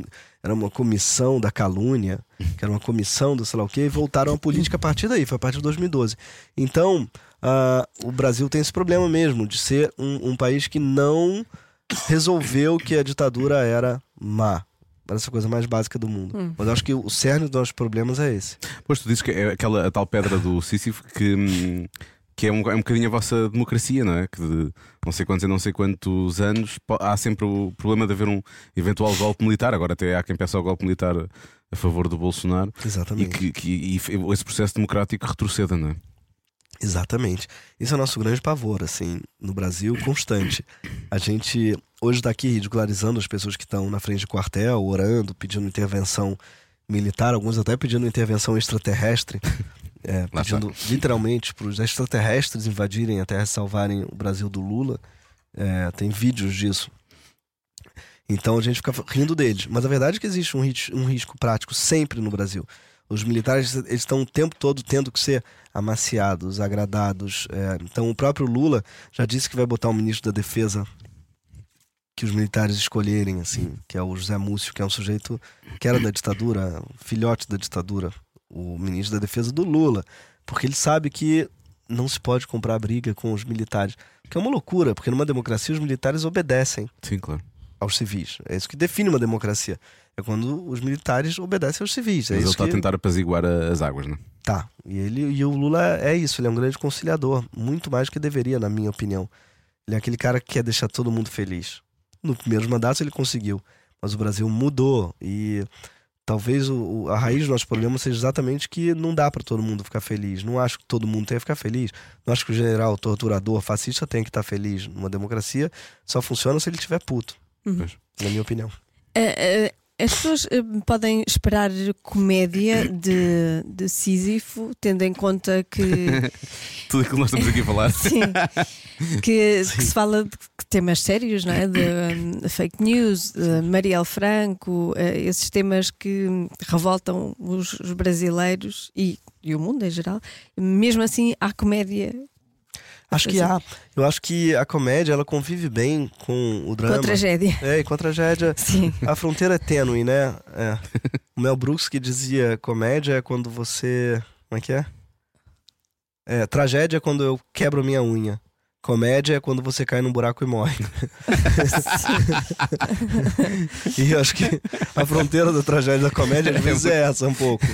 uma comissão da calúnia, que era uma comissão do sei lá o quê, e voltaram à política a partir daí. Foi a partir de 2012. Então, o Brasil tem esse problema mesmo, de ser um país que não resolveu que a ditadura era má. Parece a coisa mais básica do mundo. Mas eu acho que o cerne dos nossos problemas é esse. Pois tu dizes que é a tal pedra do Sísifo que é um bocadinho a vossa democracia, não é? Que de não sei quantos e não sei quantos anos há sempre o problema de haver um eventual golpe militar. Agora até há quem peça o golpe militar a favor do Bolsonaro. Exatamente. E esse processo democrático retroceda, não é? Exatamente. Esse é o nosso grande pavor, assim, no Brasil, constante. A gente hoje está aqui ridicularizando as pessoas que estão na frente do quartel, orando, pedindo intervenção militar, alguns até pedindo intervenção extraterrestre, pedindo literalmente para os extraterrestres invadirem a Terra e salvarem o Brasil do Lula. Tem vídeos disso. Então a gente fica rindo deles. Mas a verdade é que existe um risco prático sempre no Brasil. Os militares eles estão o tempo todo tendo que ser amaciados, agradados. Então o próprio Lula já disse que vai botar um ministro da Defesa que os militares escolherem, assim, que é o José Múcio, que é um sujeito que era da ditadura, filhote da ditadura, o ministro da Defesa do Lula, porque ele sabe que não se pode comprar briga com os militares, que é uma loucura, porque numa democracia os militares obedecem. Sim, claro. Aos civis. É isso que define uma democracia. É quando os militares obedecem aos civis. Mas ele está a tentar apaziguar as águas, não é? Tá. E o Lula é isso. Ele é um grande conciliador. Muito mais do que deveria, na minha opinião. Ele é aquele cara que quer deixar todo mundo feliz. No primeiro mandato ele conseguiu. Mas o Brasil mudou. E talvez a raiz do nosso problema seja exatamente que não dá para todo mundo ficar feliz. Não acho que todo mundo tenha que ficar feliz. Não acho que o general torturador, fascista tenha que estar feliz. Numa democracia só funciona se ele estiver puto. Na minha opinião. As pessoas podem esperar comédia de Sísifo, tendo em conta que tudo aquilo que nós estamos aqui a falar. Sim, que se fala de temas sérios, não é? De fake news, de Marielle Franco, esses temas que revoltam os brasileiros e o mundo em geral. Mesmo assim, há comédia. Acho que há. Eu acho que a comédia ela convive bem com o drama. Com a tragédia. E com a tragédia. Sim. A fronteira é tênue, né? O Mel Brooks que dizia: comédia é quando você. Como é que é? Tragédia é quando eu quebro minha unha. Comédia é quando você cai num buraco e morre. E eu acho que a fronteira da tragédia e da comédia às vezes é essa um pouco.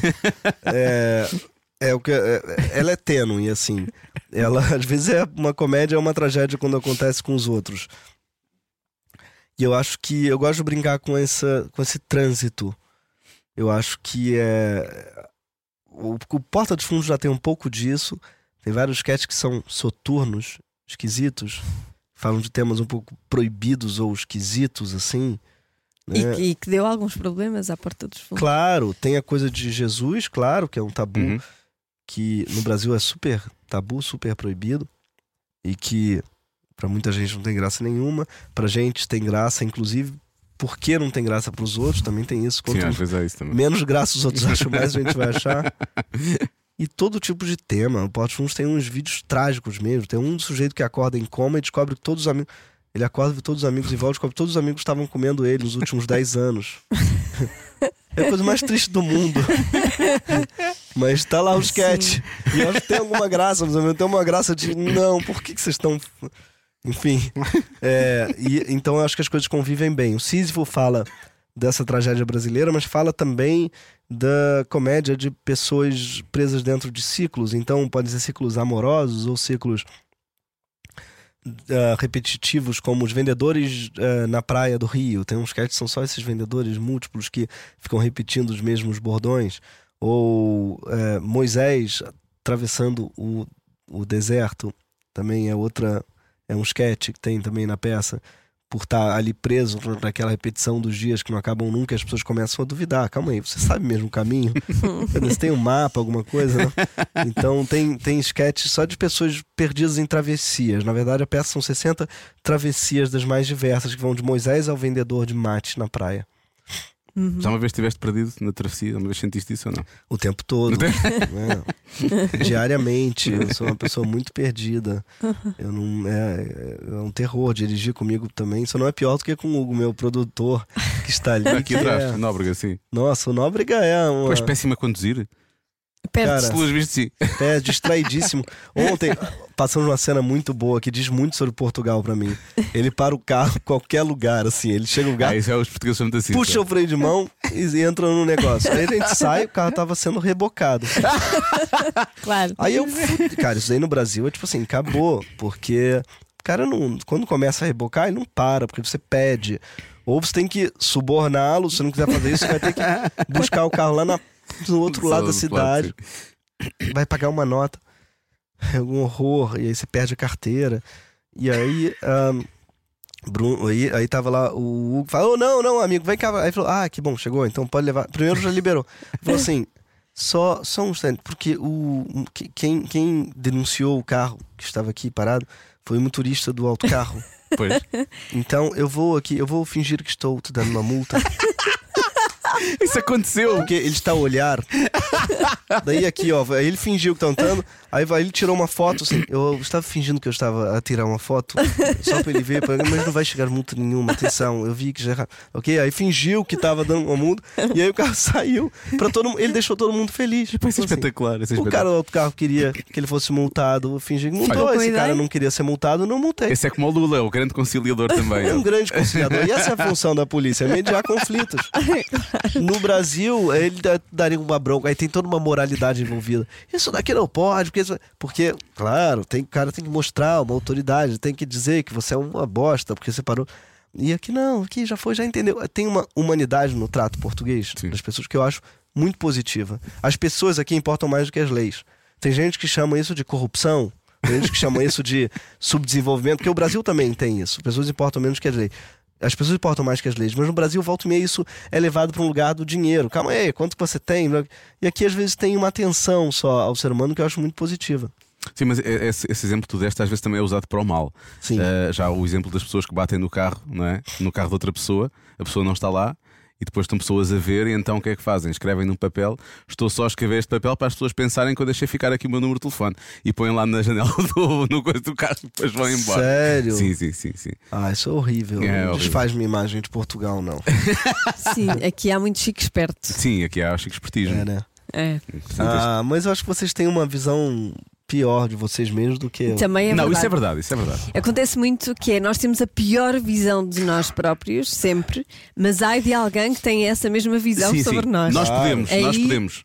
Ela é tênue, assim. Ela às vezes é uma comédia, é uma tragédia quando acontece com os outros. E eu acho que eu gosto de brincar com esse trânsito. Eu acho que o Porta dos Fundos já tem um pouco disso. Tem vários sketches que são soturnos, esquisitos, falam de temas um pouco proibidos ou esquisitos, assim, né? E que deu alguns problemas à Porta dos Fundos. Claro, tem a coisa de Jesus, claro, que é um tabu, que no Brasil é super tabu, super proibido, e que pra muita gente não tem graça nenhuma, pra gente tem graça, inclusive porque não tem graça pros outros, também tem isso. Sim, às vezes é isso também. Menos graça os outros acham, mais a gente vai achar. E todo tipo de tema. O Porta dos Fundos tem uns vídeos trágicos mesmo. Tem um sujeito que acorda em coma e descobre que todos os amigos... Ele acorda, vê todos os amigos em volta, descobre que todos os amigos estavam comendo ele nos últimos 10 anos. É a coisa mais triste do mundo. Mas tá lá o sketch. E eu acho que tem alguma graça, mas ao mesmo tempo tem uma graça de... Não, por que vocês estão... Enfim. Então eu acho que as coisas convivem bem. O Sísifo fala dessa tragédia brasileira, mas fala também da comédia de pessoas presas dentro de ciclos. Então pode ser ciclos amorosos ou ciclos repetitivos, como os vendedores na praia do Rio. Tem uns sketches que são só esses vendedores múltiplos que ficam repetindo os mesmos bordões. Ou Moisés atravessando o deserto. Também é um sketch que tem também na peça, por estar ali preso naquela repetição dos dias que não acabam nunca, as pessoas começam a duvidar. Calma aí, você sabe mesmo o caminho? Você tem um mapa, alguma coisa, né? Então tem sketches só de pessoas perdidas em travessias. Na verdade, a peça são 60 travessias das mais diversas, que vão de Moisés ao vendedor de mate na praia. Já uma vez estiveste perdido na travessia? Uma vez sentiste isso ou não? O tempo todo, né? Diariamente. Eu sou uma pessoa muito perdida. Eu não, é um terror dirigir comigo também. Só não é pior do que com o Hugo, meu produtor, que está ali. Aqui atrás, Nóbrega, sim. Nossa, o Nóbrega é uma... Pois péssimo a conduzir. Perde-se. Cara, Pelos vistos, sim. Distraidíssimo. Ontem passamos uma cena muito boa que diz muito sobre Portugal pra mim. Ele para o carro em qualquer lugar, assim. Ele chega no lugar, Isso é os portugueses são muito assim. puxa o freio de mão e entra no negócio. Aí a gente sai, o carro tava sendo rebocado. Claro. Aí eu fui... Cara, isso aí no Brasil é tipo assim, acabou. Porque o cara não... Quando começa a rebocar, ele não para, porque você pede. Ou você tem que suborná-lo. Se você não quiser fazer isso, você vai ter que buscar o carro lá no outro lado da cidade. Vai pagar uma nota. É um horror. E aí você perde a carteira. E aí... Bruno, aí tava lá o Hugo, falou: não, amigo, vem cá. Aí falou: que bom, chegou, então pode levar. Primeiro já liberou. Falou assim: só um instante, porque quem denunciou o carro que estava aqui parado foi o motorista do autocarro. Pois. Então eu vou fingir que estou te dando uma multa. Isso aconteceu. Porque ele está a olhar. Daí aqui, ó, aí ele fingiu que tá andando. Aí ele tirou uma foto, assim. Eu estava fingindo que eu estava a tirar uma foto só para ele ver, mas não vai chegar multa nenhuma. Atenção, eu vi que já... Ok, aí fingiu que estava dando uma multa. E aí o carro saiu para todo mundo. Ele deixou todo mundo feliz. Isso é espetacular. O cara do outro carro queria que ele fosse multado. Eu fingi que multou. Esse cara não queria ser multado, não multei. Esse é como o Lula, o grande conciliador também. É um grande conciliador. E essa é a função da polícia, é mediar conflitos. No Brasil, ele daria uma bronca. Aí tem toda uma moralidade envolvida. Isso daqui não pode, porque claro, o cara tem que mostrar uma autoridade, tem que dizer que você é uma bosta, porque você parou. E aqui não, aqui já foi, já entendeu. Tem uma humanidade no trato português das pessoas que eu acho muito positiva. As pessoas aqui importam mais do que as leis. Tem gente que chama isso de corrupção, tem gente que chama isso de subdesenvolvimento, porque o Brasil também tem isso. Pessoas importam menos que as leis. As pessoas importam mais que as leis, mas no Brasil, volta e meia, isso é levado para um lugar do dinheiro. Calma aí, quanto que você tem? E aqui, às vezes, tem uma atenção só ao ser humano que eu acho muito positiva. Sim, mas esse exemplo que tu deste às vezes também é usado para o mal. Sim. Já o exemplo das pessoas que batem no carro, não é? No carro de outra pessoa, a pessoa não está lá. E depois estão pessoas a ver, e então o que é que fazem? Escrevem num papel: estou só a escrever este papel para as pessoas pensarem que eu deixei ficar aqui o meu número de telefone. E põem lá na janela no coisa do carro e depois vão embora. Sério? Sim. Isso é horrível. Não desfaz minha imagem de Portugal, não. Sim, aqui há muito chique esperto. Sim, aqui há chique espertismo. É, né? É. Mas eu acho que vocês têm uma visão pior de vocês mesmos do que eu. Também é Não, verdade. isso é verdade, isso é verdade. Acontece muito que nós temos a pior visão de nós próprios, sempre, mas há de alguém que tem essa mesma visão Sim, sobre sim. nós. Nós podemos, nós Aí- podemos.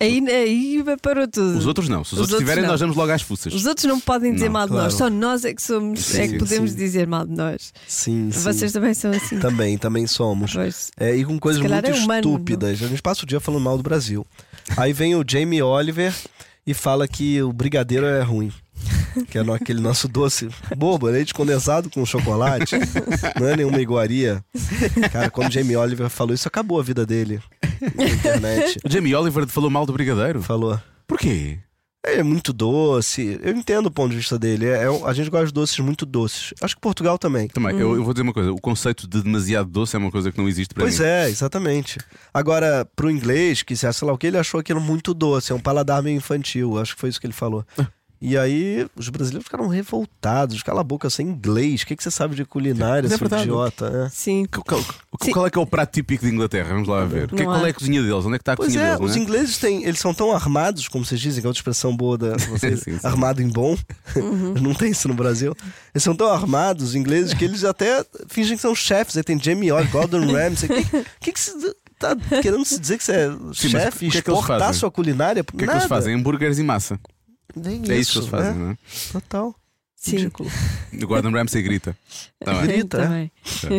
Aí parou tudo. Os outros não. Se os outros tiverem, não. nós damos logo às fuças. Os outros não podem dizer Não, mal de claro. nós, só nós é que somos, Sim, é que sim, podemos sim. dizer mal de nós. Sim, sim. Vocês também são assim. Também somos. Pois. E com coisas Se calhar muito é humano, estúpidas. A gente passa o dia falando mal do Brasil. Aí vem o Jamie Oliver e fala que o brigadeiro é ruim. Que é aquele nosso doce bobo, leite condensado com chocolate. Não é nenhuma iguaria. Cara, quando o Jamie Oliver falou isso, acabou a vida dele na internet. O Jamie Oliver falou mal do brigadeiro? Falou. Porquê? É muito doce. Eu entendo o ponto de vista dele. A gente gosta de doces muito doces. Acho que Portugal também. Também, eu vou dizer uma coisa: o conceito de demasiado doce é uma coisa que não existe para Pois mim. é, exatamente. Agora, pro inglês, que sei lá o que, ele achou aquilo muito doce. É um paladar meio infantil. Acho que foi isso que ele falou. E aí, os brasileiros ficaram revoltados. Cala a boca, você é inglês. O que você sabe de culinária, É seu verdade. idiota? Né? Sim. Qual é que é o prato típico de Inglaterra? Vamos lá ver. Não Qual há. é a cozinha deles? Onde é que está a Pois cozinha é, deles? os não é? ingleses eles são tão armados, como vocês dizem, que é outra expressão boa da vocês, Sim, sim. armado em bom. Não tem isso no Brasil. Eles são tão armados, os ingleses, que eles até fingem que são chefes. Aí tem Jamie Oliver, Gordon Ramsay. O que você tá querendo se dizer que você é mas chefe o e que é que eles exportar fazem? sua culinária? O que é que eles fazem? Hambúrgueres e massa. Nem É isso que eles fazem, não é? Total. Sim. Ridículo. O Gordon Ramsay grita. Tá bem. Grita, é? Também.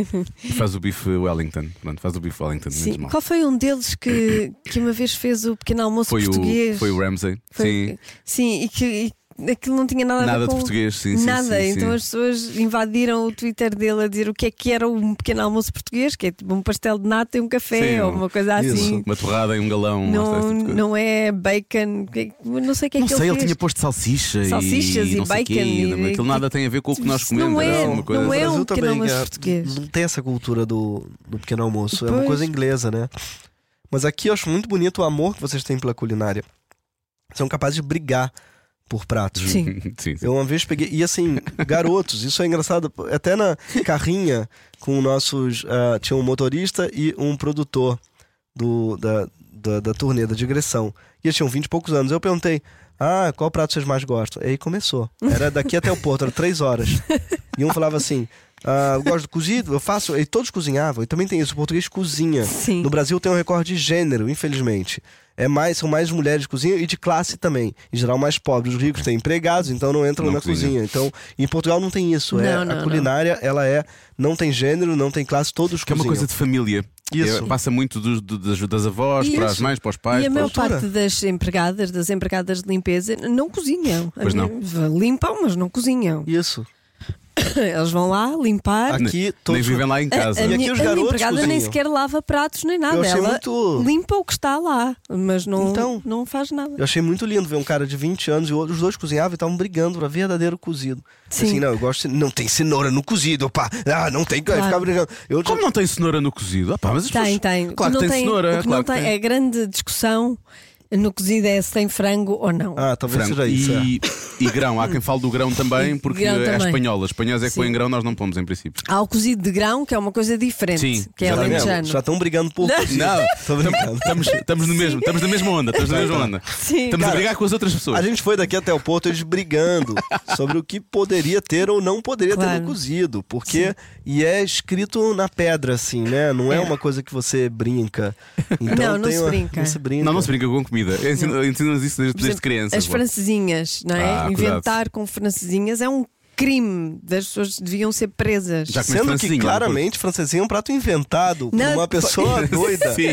Faz o bife Wellington. Pronto, faz o bife Wellington. Menos Sim. mal. Qual foi um deles que uma vez fez o pequeno almoço português? Foi o Ramsay. Foi- Sim, e que aquilo não tinha nada a ver Nada de com português, sim, sim, nada. sim, Então sim. as pessoas invadiram o Twitter dele a dizer o que era um pequeno almoço português, que é tipo um pastel de nata e um café Sim, ou uma coisa isso. assim. Uma torrada e um galão. Não, esse tipo de coisa. não é bacon, não sei o que é Não que sei, ele ele fez. tinha posto salsichas Salsichas e não sei bacon quê, e- aquilo nada tem a ver com o que nós Isso comemos. não era é, assim uma coisa não é Brasil um pequeno também, almoço cara, português. não tem essa cultura do pequeno almoço. É uma Pois. coisa inglesa, né? Mas aqui eu acho muito bonito o amor que vocês têm pela culinária. São capazes de brigar por pratos. Sim. Sim, sim. Eu uma vez peguei. E assim, garotos, isso é engraçado. Até na carrinha com nossos. Tinha um motorista e um produtor da turnê da digressão. E eles tinham 20 e poucos anos. Eu perguntei: qual prato vocês mais gostam? E aí começou. Era daqui até o Porto, era 3 horas. E um falava assim: eu gosto do cozido, eu faço. E todos cozinhavam. E também tem isso, o português cozinha. Sim. No Brasil tem um recorde de gênero, infelizmente. São mais mulheres de cozinha e de classe também. Em geral, mais pobres. Os ricos têm empregados, então não entram Não na cozinham. cozinha. Então, em Portugal não tem isso. Não, A não, culinária, ela não tem gênero, não tem classe, todos Que é uma cozinham. coisa de família. Isso. Passa muito das avós para as Isso. mães, para os pais. E a para maior os... parte das empregadas de limpeza não cozinham. Pois não. Limpam, mas não cozinham. Isso. Eles vão lá limpar. Aqui, Nem todos... vivem lá em casa. A E aqui minha, os a minha garotos empregada nem cozinham. sequer lava pratos nem nada. Eu achei Ela muito- limpa o que está lá, mas não, Então. não faz nada. Eu achei muito lindo ver um cara de 20 anos e os dois cozinhavam e estavam brigando para verdadeiro cozido. Sim. Assim, não, eu gosto. Não tem cenoura no cozido, pá. Não tem. Claro. Ficar brigando. Como não tem cenoura no cozido? Mas as pessoas- Tem. Claro não que tem cenoura. o que Claro não que tem tem. é grande discussão no cozido é se tem frango ou não. Talvez Frango. seja isso. E grão, há quem fale do grão também, porque grão é também. espanhola. Espanhóis é que Sim. põem grão, nós não pomos em princípio. Há o cozido de grão, que é uma coisa diferente, Sim, que é exatamente. alentejano. Já estão brigando por cozido. Não, Tô brincando. estamos no mesmo, estamos na mesma onda. Estamos na mesma onda. Sim. Estamos a Cara, brigar com as outras pessoas. A gente foi daqui até o Porto eles brigando sobre o que poderia ter ou não poderia ter Claro. no cozido. Porque. E é escrito na pedra, assim, né? Não é uma coisa que você brinca. Então Não tem se brinca. Não se brinca. Não se brinca com comida. Ensinam-nos isso desde Por exemplo, crianças. As francesinhas, não é? Cuidado. Inventar com francesinhas é um crime. Das pessoas deviam ser presas. Já comeste Sendo que francesinha, claramente francesinha é um prato inventado por Não, uma pessoa doida. Sim.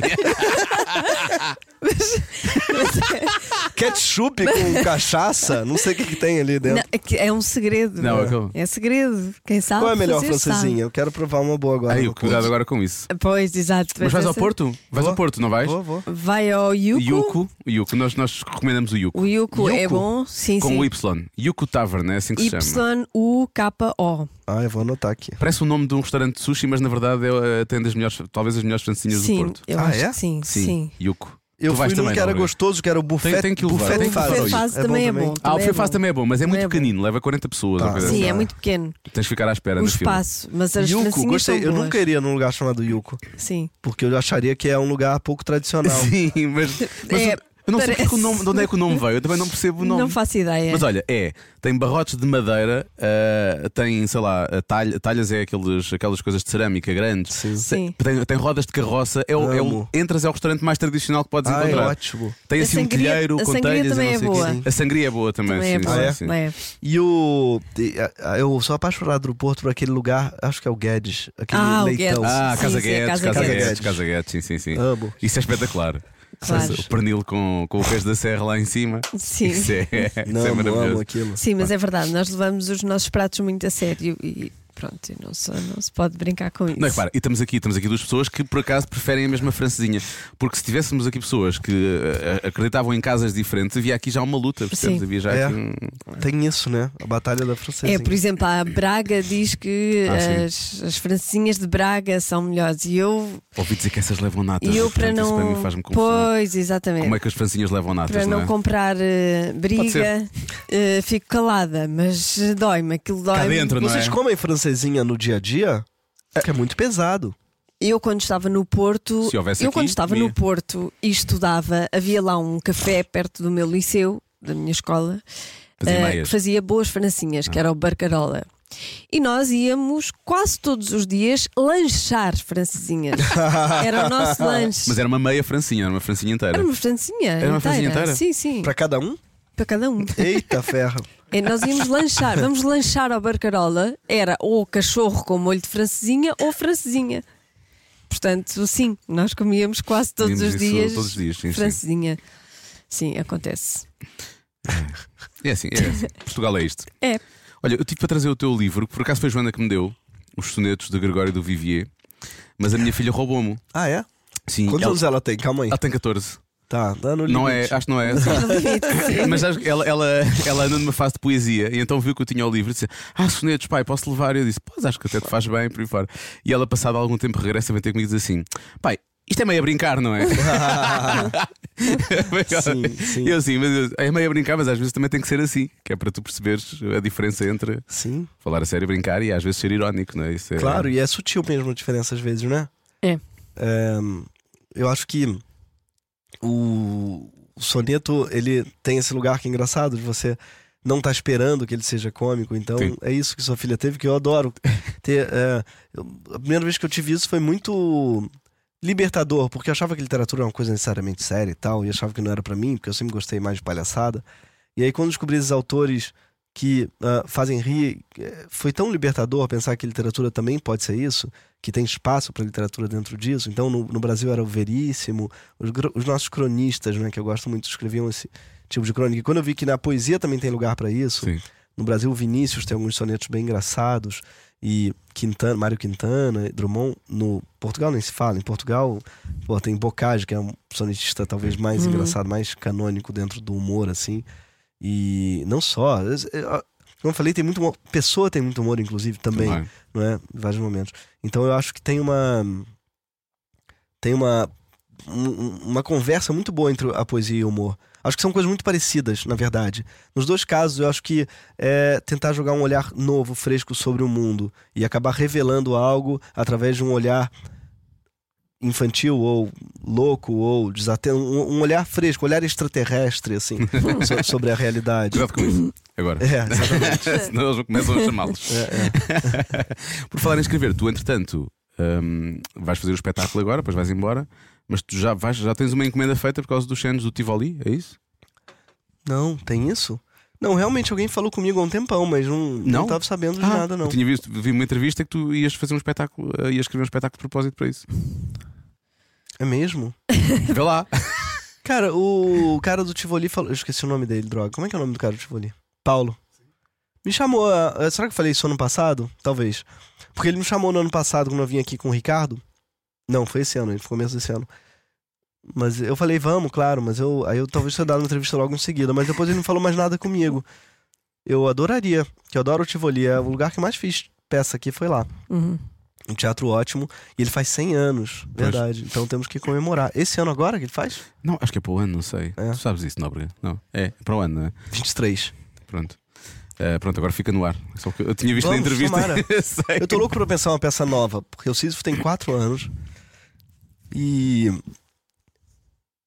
Ketchup com cachaça, não sei o que tem ali dentro. Não, é um segredo. Não, aquele- É segredo. Quem sabe? Qual é a melhor fazer francesinha? Eu quero provar uma boa agora. Ai, no cuidado Porto. agora com isso. sabe. Pois, exato. Mas vais ao essa- Porto? Vais Vou. ao Porto, não vais? Vou. Vai ao Yuko. Yuko. Nós recomendamos o Yuko. O Yuko é Yuko? bom. Sim, Com sim. o Y. Yuko Tavern, é assim que se chama. Y-U-K-O. Eu vou anotar aqui. Parece o nome de um restaurante de sushi, mas na verdade tem talvez as melhores francesinhas do Sim, Porto. eu Ah, acho é? que sim. Sim. Yuko. Eu Tu vais fui num também, que era não, Rodrigo? gostoso, que era o buffet. Tem que o levar, buffet tem que fase. levar O o fase bom também é bom. O também buffet é faz bom. também é bom, mas é muito Também é bom. pequenino, leva 40 pessoas. Tá. ou coisa Sim, assim. é muito pequeno. Tens de ficar à espera O na fila. espaço. Mas as Yuko, francesinhas gostei. são Eu boas. nunca iria num lugar chamado Yuko, Sim. porque eu acharia que é um lugar pouco tradicional. Sim, mas É, Eu não sei Parece. porque de onde é que o nome veio, eu também não percebo o nome. Não faço ideia. Mas olha, tem barrotes de madeira, tem, sei lá, talhas aquelas coisas de cerâmica grandes, Sim. tem rodas de carroça, entras, é o restaurante mais tradicional que podes É encontrar. ótimo. Tem assim um telheiro com telhas também e é não sei o boa. quê. A sangria é boa também. Também é sim, boa. sim. É. E eu sou apaixonado do Porto por aquele lugar, acho que é o Guedes, aquele o leitão. Guedes. Casa Sim, Guedes, Casa Guedes, sim. Amo. Isso é espetacular. Claro. O pernil com o queijo da serra lá em cima. Sim. Isso é Não, amo maravilhoso. aquilo. Sim, mas é verdade, nós levamos os nossos pratos muito a sério e pronto, não se pode brincar com isso. Não, repara, e estamos aqui duas pessoas que por acaso preferem a mesma francesinha. Porque se tivéssemos aqui pessoas que acreditavam em casas diferentes, havia aqui já uma luta. Percebes? Sim. Havia já É. aqui Tem isso, né? A Batalha da Francesinha. Por exemplo, a Braga diz que as francesinhas de Braga são melhores e eu Ouvi dizer que essas levam natas. para portanto, isso para mim não. faz-me confusão. Pois, exatamente. Como é que as francinhas levam natas? Para não é? comprar briga, fico calada, mas dói-me, aquilo Cá dói-me. dentro, não Vocês é? comem francesinha no dia a dia? Que é muito pesado. Eu quando estava no Porto, Se houvesse aqui, no Porto e estudava, havia lá um café perto do meu liceu, da minha escola, Fazia que meias. fazia boas francinhas, que era o Barcarola. E nós íamos quase todos os dias lanchar francesinhas. Era o nosso lanche. Mas era uma meia francinha, era uma francinha inteira. Era uma francinha Era uma francinha inteira? Sim. Pra cada um? Para cada um. Eita ferro. E nós íamos lanchar. Vamos lanchar ao Barcarola. Era ou cachorro com molho de francesinha ou francesinha. Portanto, sim, nós comíamos quase todos Comíamos os isso dias todos os dias, sim. francesinha. Sim, acontece. É assim. Portugal é isto. É. Olha, eu tive para trazer o teu livro, que por acaso foi a Joana que me deu, os sonetos de Gregório do Vivier, mas a minha filha roubou-me. Ah, é? Sim, Quantos anos ela tem? Calma aí. ela tem 14. Tá, dá no Não limite. é, acho que não é. Mas acho que ela anda numa fase de poesia e então viu que eu tinha o livro e disse: sonetos, pai, posso levar? E eu disse: pois, acho que até te faz bem por aí fora. E ela, passado algum tempo, regressa a ter comigo e diz assim: pai, isto é meio a brincar, não é? Sim. Eu assim, mas é meio a brincar, mas às vezes também tem que ser assim, que é para tu perceberes a diferença entre Sim, falar a sério e brincar e às vezes ser irónico, não é? Isso é... claro, e é sutil mesmo a diferença às vezes, né? É. Eu acho que o soneto, ele tem esse lugar que é engraçado de você não estar esperando que ele seja cômico. Então Sim. é isso que sua filha teve, que eu adoro ter. A primeira vez que eu tive isso foi muito libertador, porque eu achava que literatura era uma coisa necessariamente séria e tal, e achava que não era pra mim, porque eu sempre gostei mais de palhaçada. E aí quando descobri esses autores que fazem rir, foi tão libertador pensar que literatura também pode ser isso, que tem espaço para literatura dentro disso. Então no Brasil era o Veríssimo, os nossos cronistas, né, que eu gosto muito, escreviam esse tipo de crônica. E quando eu vi que na poesia também tem lugar para isso, Sim. no Brasil o Vinícius tem alguns sonetos bem engraçados, e Mário Quintana, Drummond. No Portugal nem se fala. Em Portugal, tem Bocage, que é um sonetista talvez mais engraçado, mais canônico dentro do humor, assim. E não só, como eu falei, tem muito humor. Pessoa tem muito humor, inclusive, também, não é? Em vários momentos. Então eu acho que tem uma conversa muito boa entre a poesia e o humor. Acho que são coisas muito parecidas, na verdade. Nos dois casos, eu acho que é tentar jogar um olhar novo, fresco sobre o mundo e acabar revelando algo através de um olhar infantil ou louco ou desatento, um olhar fresco, um olhar extraterrestre, assim, sobre a realidade. Cuidado com isso. Agora. Exatamente. Senão eles começam a chamá-los. Por falar em escrever, tu, entretanto, vais fazer o espetáculo agora, depois vais embora, mas tu já tens uma encomenda feita por causa dos cenos do Tivoli, é isso? Não, tem isso? Não, realmente alguém falou comigo há um tempão, mas não estava sabendo de nada, não. Eu vi uma entrevista que tu ias fazer um espetáculo, ias escrever um espetáculo de propósito para isso. É mesmo? Vê lá. Cara, o cara do Tivoli falou. Eu esqueci o nome dele, droga. Como é que é o nome do cara do Tivoli? Paulo. Me chamou. Será que eu falei isso ano passado? Talvez. Porque ele me chamou no ano passado quando eu vim aqui com o Ricardo. Não, foi esse ano, ele ficou começo desse ano. Mas eu falei, vamos, claro, mas aí eu talvez tenha dado uma entrevista logo em seguida. Mas depois ele não falou mais nada comigo. Eu adoraria, que eu adoro o Tivoli. É o lugar que mais fiz peça aqui, foi lá. Um teatro ótimo. E ele faz 100 anos, verdade. Então temos que comemorar. Esse ano agora que ele faz? Não, acho que é para o ano, não sei. Tu sabes isso, Nóbrega? Não, é para o ano, não é? 23. Pronto. Pronto, agora fica no ar. Só que eu tinha visto na Vamos, entrevista. Eu tô louco pra pensar uma peça nova, porque o Sísifo tem 4 anos. E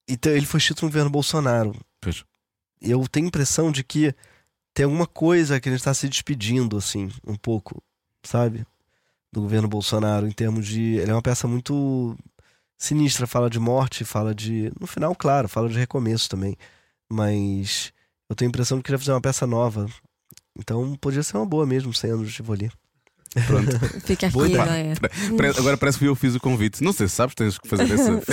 Então, ele foi instituído no governo Bolsonaro. Pois. Eu tenho a impressão de que tem alguma coisa que ele está se despedindo, assim, um pouco, sabe? Do governo Bolsonaro, em termos de... Ele é uma peça muito sinistra, fala de morte, fala de... No final, claro, fala de recomeço também. Mas eu tenho a impressão de que ele vai fazer uma peça nova. Então podia ser uma boa mesmo, 100 anos de Tivoli. Pronto. Fica aqui Boa a ideia. ideia. Agora parece que eu fiz o convite. Não sei se sabes, tens que fazer essa.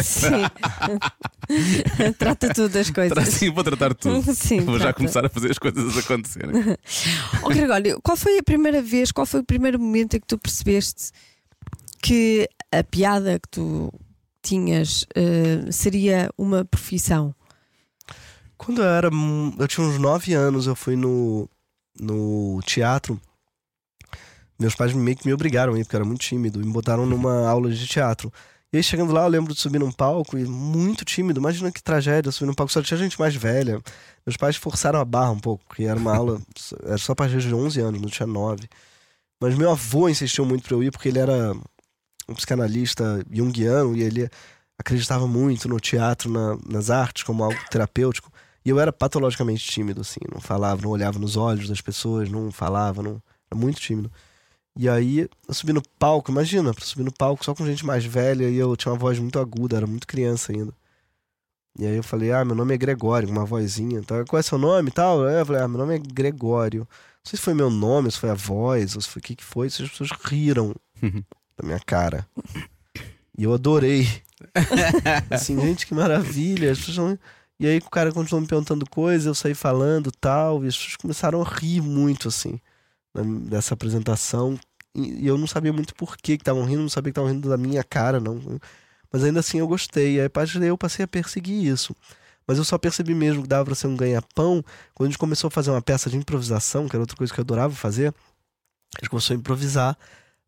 Sim. Trata tudo das coisas. Sim, vou tratar tudo. Sim, Vou já trata. começar a fazer as coisas acontecerem. Gregório, qual foi a primeira vez, qual foi o primeiro momento em que tu percebeste que a piada que tu tinhas seria uma profissão? Quando eu tinha uns 9 anos, eu fui no teatro. Meus pais meio que me obrigaram a ir, porque eu era muito tímido, e me botaram numa aula de teatro. E aí, chegando lá, eu lembro de subir num palco, e muito tímido, imagina que tragédia, subir num palco, só tinha gente mais velha. Meus pais forçaram a barra um pouco, porque era uma aula, era só a partir de 11 anos, não tinha 9. Mas meu avô insistiu muito pra eu ir, porque ele era um psicanalista junguiano, e ele acreditava muito no teatro, nas artes, como algo terapêutico. E eu era patologicamente tímido, assim, não falava, não olhava nos olhos das pessoas, não falava, não, era muito tímido. E aí, eu subi no palco, imagina, pra subir no palco só com gente mais velha, e eu tinha uma voz muito aguda, era muito criança ainda. E aí eu falei, meu nome é Gregório, com uma vozinha, tá? Qual é seu nome e tal? Aí eu falei, meu nome é Gregório. Não sei se foi meu nome, se foi a voz, ou se foi o que foi, se as pessoas riram da minha cara. E eu adorei. Assim, gente, que maravilha. As pessoas não... E aí o cara continuou me perguntando coisas, eu saí falando e tal, e as pessoas começaram a rir muito, assim, dessa apresentação. E eu não sabia muito por que estavam rindo, não sabia que estavam rindo da minha cara, não. Mas ainda assim eu gostei. E aí a partir daí eu passei a perseguir isso. Mas eu só percebi mesmo que dava pra ser um ganha-pão quando a gente começou a fazer uma peça de improvisação, que era outra coisa que eu adorava fazer. A gente começou a improvisar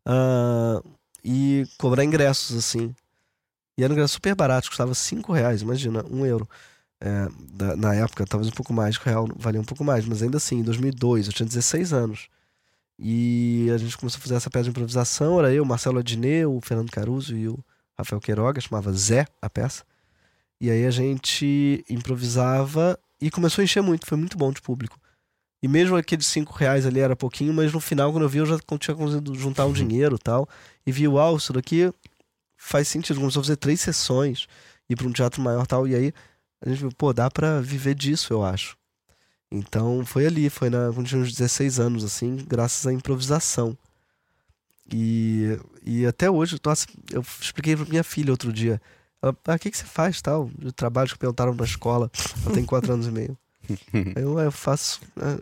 e cobrar ingressos, assim. E era um ingresso super barato, custava R$5, imagina, €1. Na época, talvez um pouco mais, o real valia um pouco mais, mas ainda assim, em 2002, eu tinha 16 anos. E a gente começou a fazer essa peça de improvisação, era eu, Marcelo Adnet, o Fernando Caruso e o Rafael Queiroga, chamava Zé a peça. E aí a gente improvisava e começou a encher muito, foi muito bom de público. E mesmo aqueles R$5 ali era pouquinho, mas no final, quando eu vi, eu já tinha conseguido juntar um dinheiro e tal. E vi, isso daqui faz sentido, começou a fazer 3 sessões, ir para um teatro maior e tal. E aí a gente viu, dá pra viver disso, eu acho. Então foi ali, quando tinha uns 16 anos, assim, graças à improvisação. E até hoje, eu expliquei pra minha filha outro dia. Ela, o que você faz, tal? De trabalho que perguntaram na escola. Ela tem 4 anos e meio. Eu faço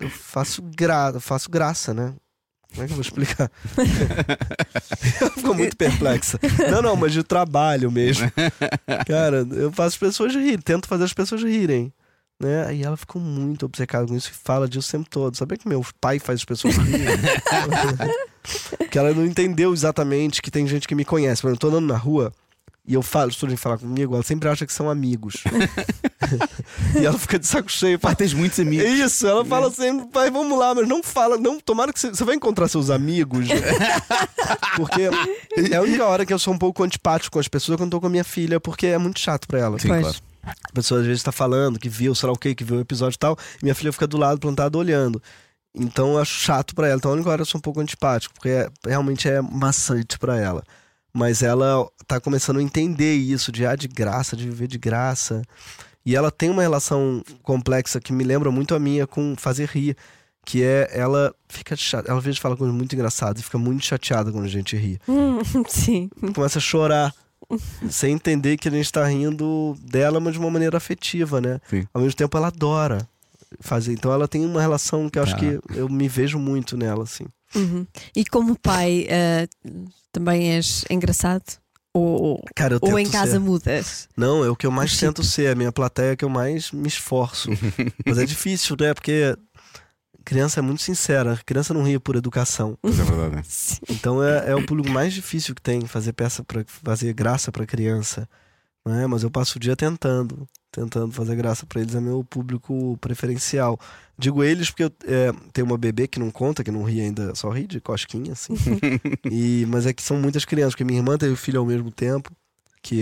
graça, né? Como é que eu vou explicar? Ela ficou muito perplexa. Não, mas de trabalho mesmo. Cara, eu faço as pessoas rirem, tento fazer as pessoas rirem, né? E ela ficou muito obcecada com isso e fala disso o tempo todo. Sabia que meu pai faz as pessoas rirem? Porque ela não entendeu exatamente que tem gente que me conhece. Por exemplo, eu tô andando na rua e eu estou de falar comigo, ela sempre acha que são amigos. E ela fica de saco cheio. Pai, tens muitos amigos. Isso, ela fala sempre, pai, vamos lá, mas não fala, não, tomara que você vai encontrar seus amigos. Porque é a única hora que eu sou um pouco antipático com as pessoas quando eu tô com a minha filha, porque é muito chato pra ela. Sim, Pois. claro. A pessoa às vezes tá falando que viu, sei lá o que viu o episódio e tal, e minha filha fica do lado, plantada, olhando. Então eu acho chato pra ela. Então a única hora eu sou um pouco antipático, porque realmente é maçante pra ela. Mas ela tá começando a entender isso, de graça, de viver de graça. E ela tem uma relação complexa que me lembra muito a minha com fazer rir. Que é, ela fica chata. Ela às vezes fala coisas muito engraçadas e fica muito chateada quando a gente ri. Sim. Começa a chorar, sem entender que a gente tá rindo dela, mas de uma maneira afetiva, né? Sim. Ao mesmo tempo ela adora fazer. Então ela tem uma relação que eu acho que eu me vejo muito nela, assim. Uhum. E como pai, também és engraçado? Cara, eu Ou tento em casa ser. mudas? Não, é o que eu mais Chique. tento ser. A minha plateia é que eu mais me esforço. Mas é difícil, né? Porque criança é muito sincera. Criança não ri por educação. Mas é verdade. Então é o público mais difícil que tem, fazer peça pra fazer graça pra criança. Não é? Mas eu passo o dia tentando fazer graça pra eles. É meu público preferencial. Digo eles porque eu tenho uma bebê que não conta, que não ri ainda, só ri de cosquinha, assim. Mas é que são muitas crianças, porque minha irmã teve filho ao mesmo tempo que eu,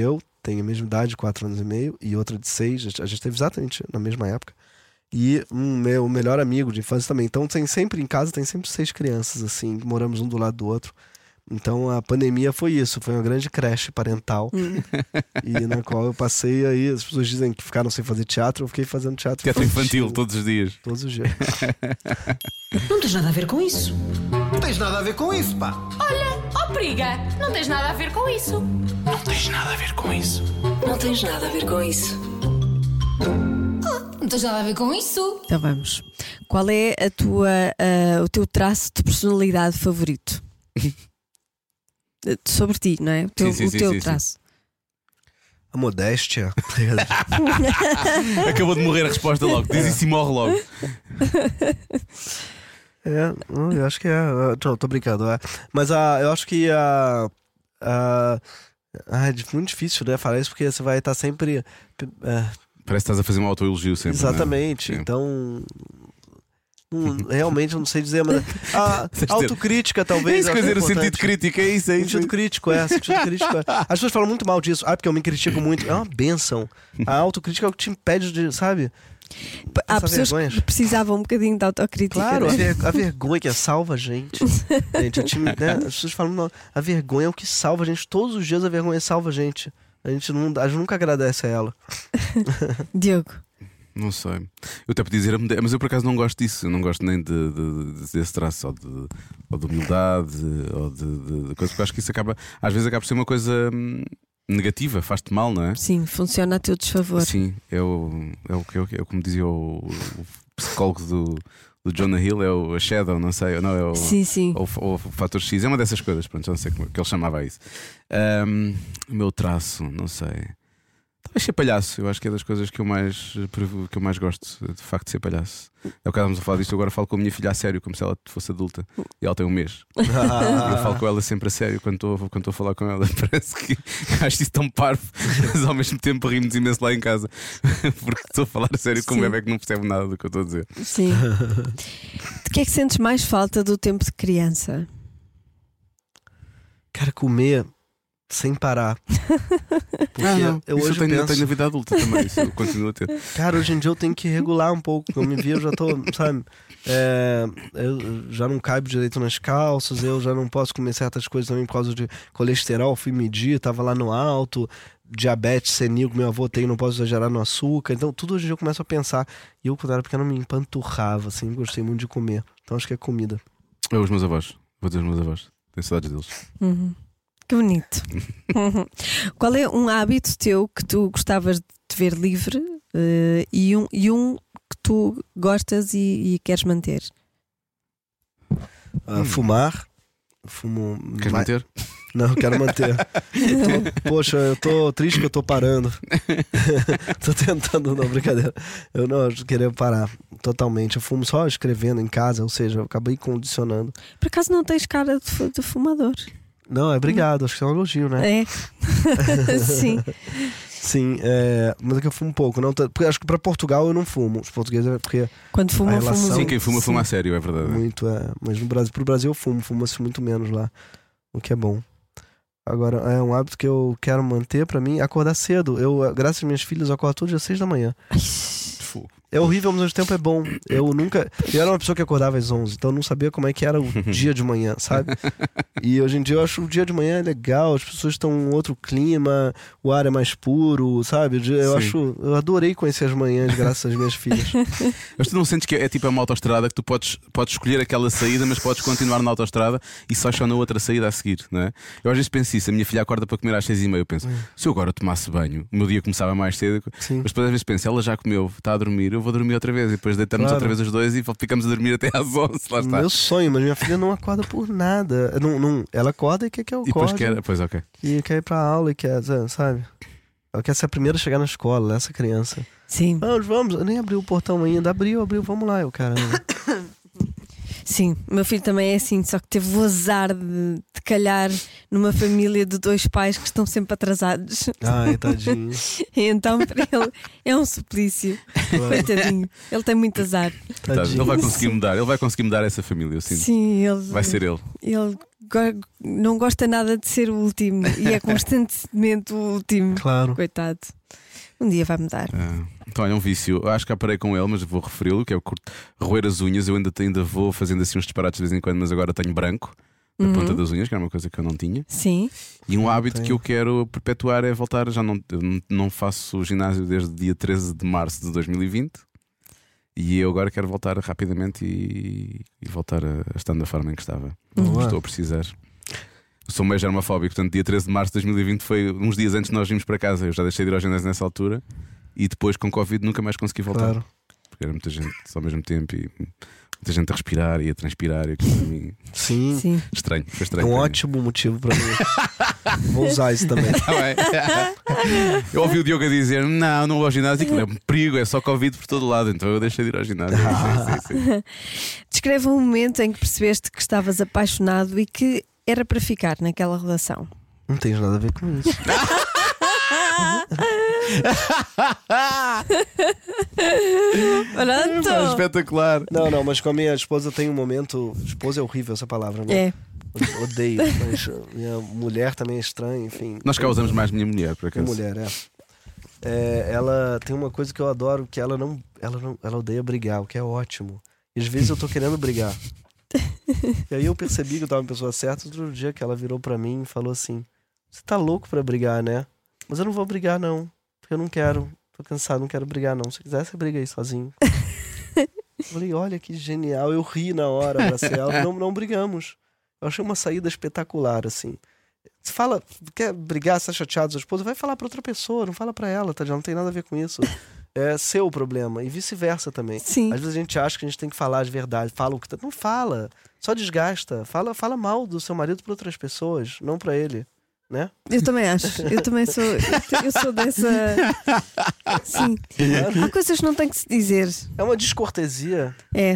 tem a mesma idade, 4 anos e meio, e outra de 6. A gente teve exatamente na mesma época. E meu melhor amigo de infância também. Então sempre em casa tem sempre 6 crianças, assim, moramos um do lado do outro. Então a pandemia foi isso, foi uma grande creche parental. E na qual eu passei aí, as pessoas dizem que ficaram sem fazer teatro, eu fiquei fazendo teatro infantil todos os dias. Todos os dias. Não tens nada a ver com isso. Não tens nada a ver com isso, pá. Olha, briga, não tens nada a ver com isso. Não tens nada a ver com isso. Não tens nada a ver com isso. Não tens nada a ver com isso. Então vamos. Qual é o teu traço de personalidade favorito? Sobre ti, não é? O teu traço. A modéstia. Acabou de morrer a resposta logo. Diz isso e morre logo. Eu acho que é. Tô brincando. Mas eu acho que é muito difícil, né? Falar isso porque você vai estar sempre. Parece que estás a fazer um autoelogio sempre. Exatamente. Né? Então. Realmente não sei dizer, mas a autocrítica talvez. É isso que eu dizer, o importante. sentido crítico, é isso. Sentido crítico, sentido crítico. As pessoas falam muito mal disso. Porque eu me critico muito. É uma bênção. A autocrítica é o que te impede de, sabe? Há pessoas que precisavam um bocadinho de autocrítica. Claro, né? a vergonha que salva a gente. As pessoas falam, não, a vergonha é o que salva a gente. Todos os dias a vergonha salva a gente. A gente nunca agradece a ela. Diogo. Não sei. Eu até podia dizer, mas eu por acaso não gosto disso. Eu não gosto nem desse traço, ou de humildade, ou de coisa, porque acho que isso às vezes acaba por ser uma coisa negativa, faz-te mal, não é? Sim, funciona a teu desfavor. Sim, é como dizia o psicólogo do Jonah Hill, é a Shadow, não sei, não é o, sim. o fator X, é uma dessas coisas, pronto, já não sei como que ele chamava isso. O meu traço, não sei. Talvez ser palhaço, eu acho que é das coisas que eu mais gosto, de facto, de ser palhaço. É o que estávamos a falar disto, eu agora falo com a minha filha a sério, como se ela fosse adulta. E ela tem 1 mês. Eu falo com ela sempre a sério quando estou a falar com ela. Parece que acho isso tão parvo, mas ao mesmo tempo rimos imenso lá em casa. Porque estou a falar a sério com um bebé que não percebe nada do que eu estou a dizer. Sim. De que é que sentes mais falta do tempo de criança? Quero comer sem parar. Porque eu isso hoje eu tenho na vida adulta também, isso eu continuo a ter. Cara, hoje em dia eu tenho que regular um pouco. Eu me vi, eu já tô, sabe? Eu já não caibo direito nas calças, eu já não posso comer certas coisas também por causa de colesterol. Fui medir, tava lá no alto, diabetes senil que meu avô tem, não posso exagerar no açúcar. Então tudo hoje em dia eu começo a pensar. E eu, quando era pequeno, me empanturrava, assim, gostei muito de comer. Então acho que é comida. Os meus avós, vou dizer os meus avós, tenho saudades deles. Que bonito. Qual é um hábito teu que tu gostavas de ver livre e um que tu gostas e queres manter? Fumar. Fumo. Queres manter? Não, quero manter. Poxa, eu tô triste que eu tô parando. Tô tentando, não, brincadeira. Eu queria parar totalmente. Eu fumo só escrevendo em casa, ou seja, eu acabei condicionando. Por acaso não tens cara de fumador? Não, obrigado, acho que é um elogio, né? É. Sim. Sim, mas é que eu fumo pouco. Não, porque acho que para Portugal eu não fumo. Os portugueses é porque. Quando fumam, fumam. Sim, quem fuma a sério, é verdade. Muito, mas no Brasil, pro Brasil eu fuma-se muito menos lá. O que é bom. Agora, é um hábito que eu quero manter pra mim, acordar cedo. Graças às minhas filhas, eu acordo todo dia às 6 da manhã. É horrível, mas ao mesmo tempo é bom. Eu era uma pessoa que acordava às 11, então eu não sabia como é que era o dia de manhã, sabe? E hoje em dia eu acho o dia de manhã legal, as pessoas estão em outro clima, o ar é mais puro, sabe? Eu adorei conhecer as manhãs graças às minhas filhas. Mas tu não sentes que é tipo uma autoestrada que tu podes escolher aquela saída, mas podes continuar na autoestrada e só na outra saída a seguir, não é? Eu às vezes penso isso, a minha filha acorda para comer às 6h30, eu penso, se eu agora tomasse banho, o meu dia começava mais cedo. Sim. Mas depois às vezes penso, ela já comeu, está a dormir, eu vou dormir outra vez, e depois deitamos outra vez os dois e ficamos a dormir até às 11, lá está. Meu sonho, mas minha filha não acorda por nada. Ela acorda e quer que eu acorde. E depois quer, pois ok. E quer ir pra aula e quer, sabe? Ela quer ser a primeira a chegar na escola, essa criança. Sim. Vamos, eu nem abri o portão ainda. Abriu, vamos lá, caramba. Sim, meu filho também é assim, só que teve o azar de calhar numa família de 2 pais que estão sempre atrasados. Ai, tadinho. E então para ele é um suplício. Coitadinho. Ele tem muito azar. Ele vai conseguir mudar essa família, eu sinto. Sim, vai ser ele. Ele não gosta nada de ser o último e é constantemente o último. Claro. Coitado. Um dia vai mudar. Então, olha, um vício. Eu acho que aparei com ele, mas vou referi-lo, que é o roer as unhas. Eu ainda vou fazendo assim uns disparates de vez em quando, mas agora tenho branco na ponta das unhas, que era uma coisa que eu não tinha. Sim. E um hábito que eu quero perpetuar é voltar. Eu não faço ginásio desde o dia 13 de março de 2020. E eu agora quero voltar rapidamente e voltar a estar da forma em que estava. Estou a precisar. Eu sou meio germofóbico, portanto, dia 13 de março de 2020 foi uns dias antes de nós virmos para casa. Eu já deixei de ir ao ginásio nessa altura e depois, com Covid, nunca mais consegui voltar. Claro. Porque era muita gente ao mesmo tempo e muita gente a respirar e a transpirar. E aquilo para mim Sim. estranho. Foi É estranho. um para mim. ótimo motivo para mim. Vou usar isso também. Tá bem. Eu ouvi o Diogo a dizer: não vou ao ginásio, aquilo é um perigo, é só Covid por todo lado. Então eu deixei de ir ao ginásio. Sim. Descreve um momento em que percebeste que estavas apaixonado e que era para ficar naquela relação. Não tens nada a ver com isso. Pronto. Espetacular. Não, mas com a minha esposa tem um momento. Esposa é horrível essa palavra, né? É. Odeio. Mas minha mulher também é estranha, enfim. Nós cá usamos mais minha mulher, por acaso. Minha mulher, ela tem uma coisa que eu adoro, que ela odeia brigar, o que é ótimo. E às vezes eu tô querendo brigar. E aí eu percebi que eu tava uma pessoa certa. Outro dia que ela virou pra mim e falou assim: você tá louco pra brigar, né? Mas eu não vou brigar não, porque eu não quero. Tô cansado, não quero brigar não. Se quiser, você briga aí sozinho. Eu falei, olha que genial. Eu ri na hora, abracei ela. Não brigamos. Eu achei uma saída espetacular, assim. Você fala, quer brigar, você tá chateado, sua esposa, vai falar pra outra pessoa, não fala pra ela, tá? Já não tem nada a ver com isso. É seu problema. E vice-versa também. Sim. Às vezes a gente acha que a gente tem que falar as verdades. Fala o que tá. Não fala. Só desgasta. Fala mal do seu marido pra outras pessoas, não pra ele. Né? Eu também acho. Eu também sou. Eu sou dessa. Sim. Há coisas que não tem que se dizer. É uma descortesia. É.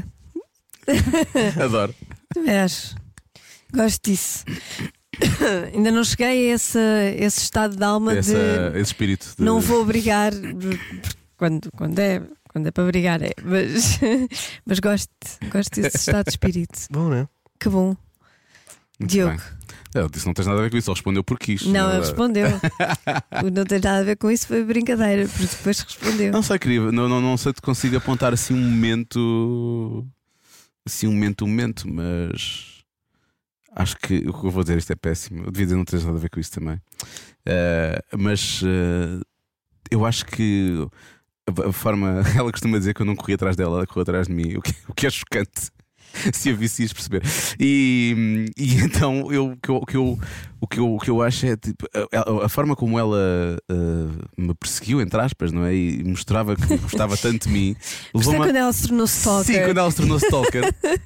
Adoro. Também acho. Gosto disso. Ainda não cheguei a esse estado de alma Esse espírito de... não vou brigar quando é para brigar, mas gosto desse estado de espírito. Bom, né? Que bom. Muito Diogo. bem. Ele disse: não tens nada a ver com isso, ele respondeu porque quis. Não, ele respondeu. O não tem nada a ver com isso foi brincadeira, porque depois respondeu. Não sei, queria, não sei se consigo apontar assim um momento. Assim, um momento, mas acho que o que eu vou dizer isto é péssimo. Eu devia dizer não tens nada a ver com isso também. Mas eu acho que a forma. Ela costuma dizer que eu não corri atrás dela, ela correu atrás de mim, o que é chocante. Se a visse perceber. E então o que eu acho é tipo, a forma como ela me perseguiu, entre aspas, não é? E mostrava que gostava tanto de mim. Isto é quando ela se tornou stalker. Sim, quando ela se tornou stalker.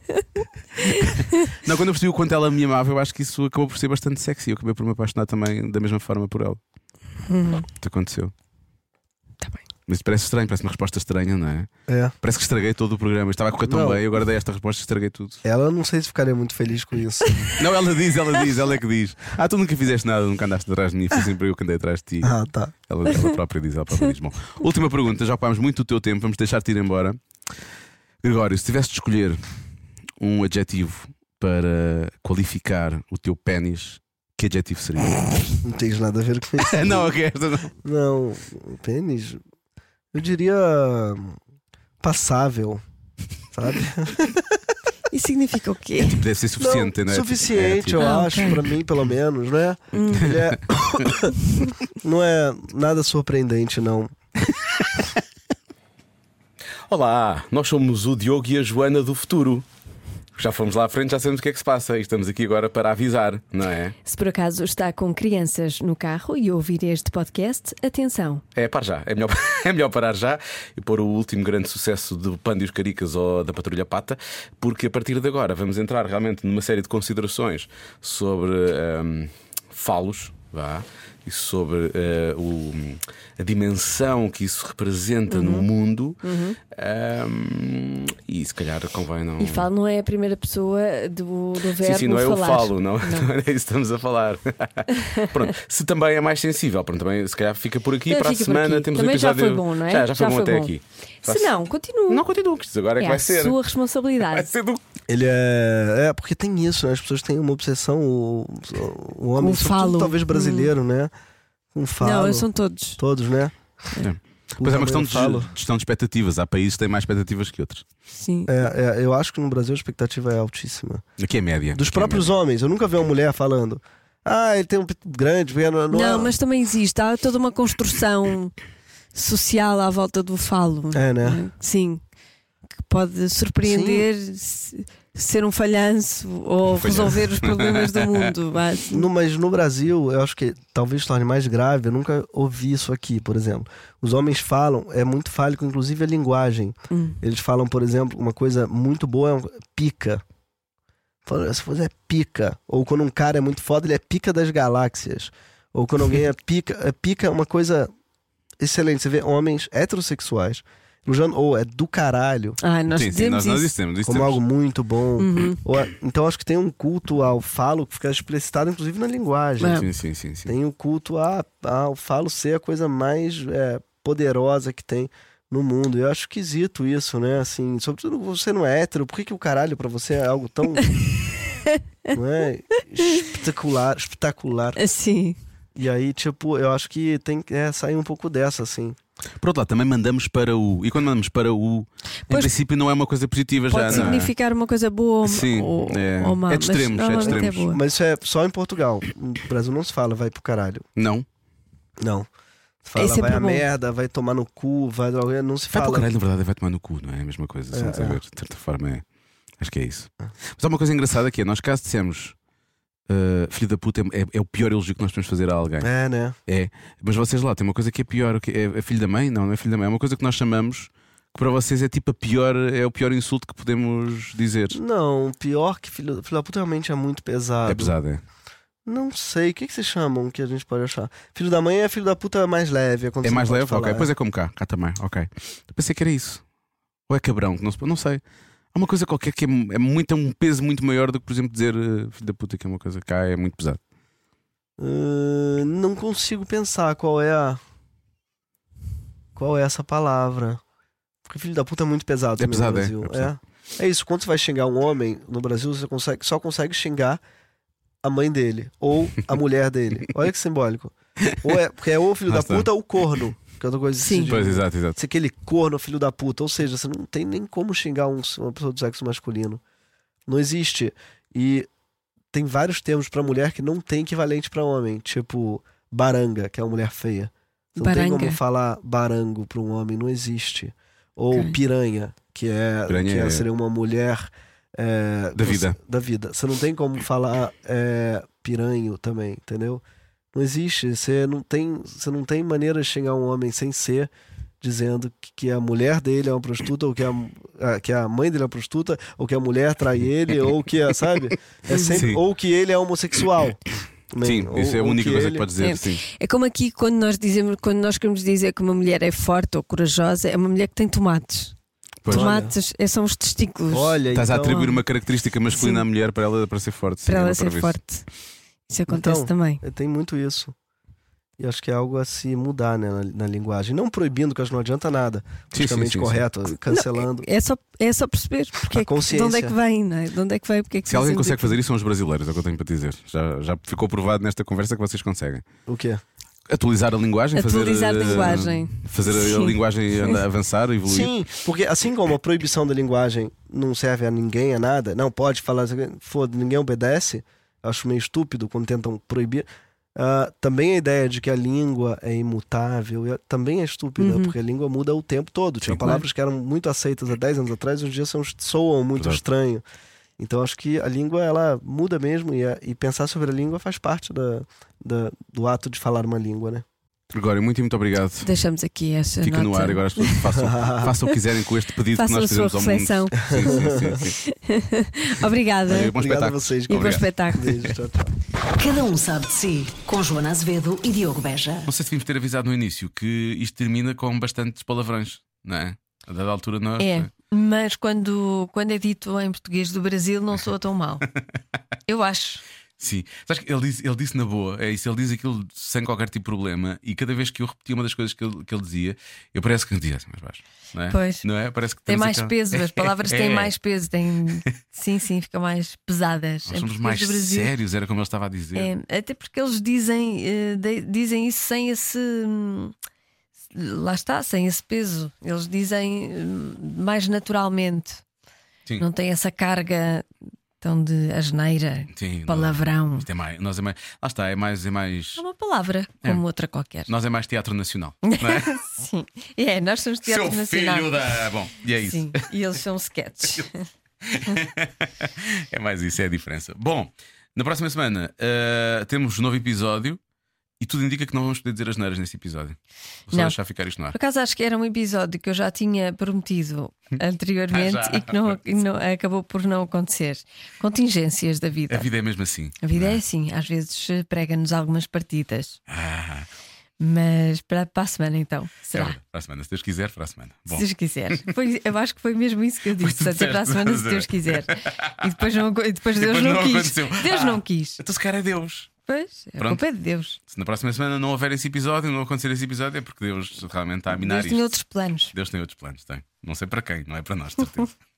Não, quando eu percebi o quanto ela me amava, eu acho que isso acabou por ser bastante sexy. Eu acabei por me apaixonar também da mesma forma por ela. Isso aconteceu. Tá bem. Mas parece estranho, parece uma resposta estranha, não é? É. Parece que estraguei todo o programa. Estava a correr tão Não. bem, agora dei esta resposta e estraguei tudo. Ela não sei se ficaria muito feliz com isso. Não, ela é que diz. Tu nunca fizeste nada, nunca andaste atrás de mim, foi sempre eu que andei atrás de ti. Ah, tá. Ela própria diz. Bom, última pergunta, já ocupámos muito o teu tempo, vamos deixar-te ir embora. Gregório, se tivesse de escolher um adjetivo para qualificar o teu pénis, que adjetivo seria? Não tens nada a ver com isso. Não, ok, esta não. Não, pênis. Eu diria passável, sabe? Isso significa o quê? Deve ser suficiente, não, não é? suficiente, eu Ah, acho, ok. pra mim, pelo menos, né? Ele é... Não é nada surpreendente, não. Olá, nós somos o Diogo e a Joana do futuro. Já fomos lá à frente, já sabemos o que é que se passa e estamos aqui agora para avisar, não é? Se por acaso está com crianças no carro e ouvir este podcast, atenção. Para já, é melhor parar já e pôr o último grande sucesso do Panda e os Caricas ou da Patrulha Pata, porque a partir de agora vamos entrar realmente numa série de considerações sobre falos, vá, e sobre a dimensão que isso representa no mundo. E se calhar convém não. E falo não é a primeira pessoa do verbo. Sim, não é falar. eu falo, não é isso que estamos a falar. Pronto, se também é mais sensível, pronto, também se calhar fica por aqui. Para a semana temos também um episódio. Já foi bom, não é? Já foi bom até aqui. Se não, continua. Não continuo, que isto agora é que vai ser. A sua responsabilidade. Vai ser do. Ele porque tem isso, né? As pessoas têm uma obsessão, o homem, falo. talvez brasileiro, né? Com falo. Não, são todos. Todos, né? Pois é uma questão de gestão de expectativas. Há países que têm mais expectativas que outros. Sim. Eu acho que no Brasil a expectativa é altíssima. Aqui é média. Dos próprios homens. Eu nunca vi uma mulher falando: ele tem um pito grande. Não, mas também existe. Há toda uma construção social à volta do falo. Né? Sim. Que pode surpreender, ser um falhanço ou resolver os problemas do mundo. Mas no Brasil, eu acho que talvez torne mais grave. Eu nunca ouvi isso aqui, por exemplo. Os homens falam, é muito fálico, inclusive a linguagem. Eles falam, por exemplo, uma coisa muito boa é pica. Se você é pica. Ou quando um cara é muito foda, ele é pica das galáxias. Ou quando alguém é pica. Pica é uma coisa excelente. Você vê homens heterossexuais elogiando, é do caralho. Nós dizemos isso como algo muito bom. Então acho que tem um culto ao falo que fica explicitado inclusive na linguagem. Sim. Tem um culto ao falo ser a coisa mais poderosa que tem no mundo. Eu acho esquisito isso, né? Assim, sobretudo você não é hétero, por que o caralho pra você é algo tão não é? Espetacular. Sim. E aí, eu acho que tem que sair um pouco dessa, assim. Por outro lado, também mandamos para o. E quando mandamos para o, em princípio não é uma coisa positiva já. Pode significar uma coisa boa ou má. É de extremos, É boa. Mas isso é só em Portugal. No Brasil não se fala vai pro caralho. Não. Se fala vai a merda, vai tomar no cu, vai droga, não se fala. Vai pro caralho, na verdade, vai tomar no cu, não é a mesma coisa. Se não saber, de certa forma acho que é isso. Mas há uma coisa engraçada que nós caso dissemos filho da puta é o pior elogio que nós podemos fazer a alguém. Né? Mas vocês lá tem uma coisa que é pior, que é filho da mãe? Não é filho da mãe, é uma coisa que nós chamamos que para vocês é tipo é o pior insulto que podemos dizer. Não, pior que filho da puta realmente é muito pesado. É pesado, é. Não sei, o que vocês chamam que a gente pode achar? Filho da mãe é filho da puta mais leve. É mais leve? Ok, pois é como cá também, ok. Eu pensei que era isso. Ou é cabrão, que não sei. Há uma coisa qualquer que é um peso muito maior do que, por exemplo, dizer filho da puta, que é uma coisa que cá é muito pesado. Não consigo pensar qual é essa palavra. Porque filho da puta é muito pesado. É pesado, no Brasil. É isso, quando você vai xingar um homem no Brasil, você só consegue xingar a mãe dele ou a mulher dele. Olha que simbólico. Porque é ou filho da puta ou corno. Que é outra coisa. Sim. Pois, exato. Se aquele corno filho da puta. Ou seja, você não tem nem como xingar uma pessoa do sexo masculino. Não existe. E tem vários termos pra mulher que não tem equivalente pra homem. Tipo baranga, que é uma mulher feia. Você não tem como falar barango pra um homem. Não existe. Ou piranha, que seria uma mulher da vida. Você não tem como falar piranho também, entendeu? Não existe, você não tem maneira de xingar um homem sem ser dizendo que a mulher dele é uma prostituta, ou que a mãe dele é uma prostituta, ou que a mulher trai ele, ou que sabe? Ou que ele é homossexual. Sim, isso é a única coisa que pode dizer. Sim. É como aqui quando nós queremos dizer que uma mulher é forte ou corajosa, é uma mulher que tem tomates. Pois. Tomates são os testículos. Estás a atribuir uma característica masculina à mulher para ser forte. Para ela ser forte. Isso acontece também. Tem muito isso. E acho que é algo a se mudar, né, na linguagem. Não proibindo, que acho que não adianta nada. Politicamente correto, cancelando. Não, é só perceber de onde é que vem, não é? De onde é que vem, porque é que se alguém consegue fazer isso são os brasileiros, é o que eu tenho para te dizer. Já ficou provado nesta conversa que vocês conseguem. O quê? Atualizar a linguagem, fazer a linguagem avançar, evoluir. Sim, porque assim como a proibição da linguagem não serve a ninguém, a nada, não pode falar, foda, ninguém obedece. Acho meio estúpido quando tentam proibir. Também a ideia de que a língua é imutável também é estúpida, porque a língua muda o tempo todo. Tinha palavras que eram muito aceitas há 10 anos atrás, hoje em dia soam muito estranho. Então acho que a língua ela muda mesmo, e pensar sobre a língua faz parte do ato de falar uma língua, né? Gregório, muito obrigado. Deixamos aqui essa Fica nota. no ar, agora as pessoas façam o que quiserem com este pedido que nós fizemos ao mundo. Sim. Obrigada. Bom espetáculo. A vocês. E bom espetáculo. Beijo, tchau. Cada um sabe de si, com Joana Azevedo e Diogo Beja. Não sei se devíamos ter avisado no início que isto termina com bastantes palavrões, não é? A dada altura nós. É, mas quando é dito em português do Brasil não soa tão mal. Eu acho. Sim, sabes que ele disse na boa, é isso, ele diz aquilo sem qualquer tipo de problema. E cada vez que eu repetia uma das coisas que ele dizia, eu parece que dizia assim mais baixo, não é? Pois. Não é? Parece que Tem temos mais peso, as palavras têm mais peso, sim, ficam mais pesadas. Nós somos mais sérios, era como ele estava a dizer. É, até porque eles dizem isso sem esse. Lá está, sem esse peso. Eles dizem mais naturalmente. Sim. Não tem essa carga tão de asneira, Sim, palavrão. Isto é mais, nós é mais, lá está, é mais. É uma palavra, como outra qualquer. Nós é mais teatro nacional, não é? Sim, nós somos teatro Seu nacional. filho da. Bom, e é isso. Sim, e eles são sketches. É mais isso, é a diferença. Bom, na próxima semana temos um novo episódio e tudo indica que não vamos poder dizer as neiras nesse episódio. Vou só Não. deixar ficar isto no ar. Por acaso acho que era um episódio que eu já tinha prometido anteriormente Já. e que não acabou por não acontecer. Contingências da vida. A vida é mesmo assim. A vida é assim, às vezes prega-nos algumas partidas. Ah, Mas para a semana então, é será? verdade. Para a semana, se Deus quiser, para a semana. Bom, Se Deus quiser. Eu acho que foi mesmo isso que eu disse. tu Até para a disseste, semana, se mas Deus quiser. E depois, Deus Depois não não quis. aconteceu. Deus não quis. então se calhar é Deus. Pois, a Pronto. culpa é de Deus. Se na próxima semana não houver esse episódio, não acontecer esse episódio, é porque Deus realmente está a minar Deus isto. tinha outros planos. Deus tem outros planos, tem. Não sei para quem, não é para nós, de certeza.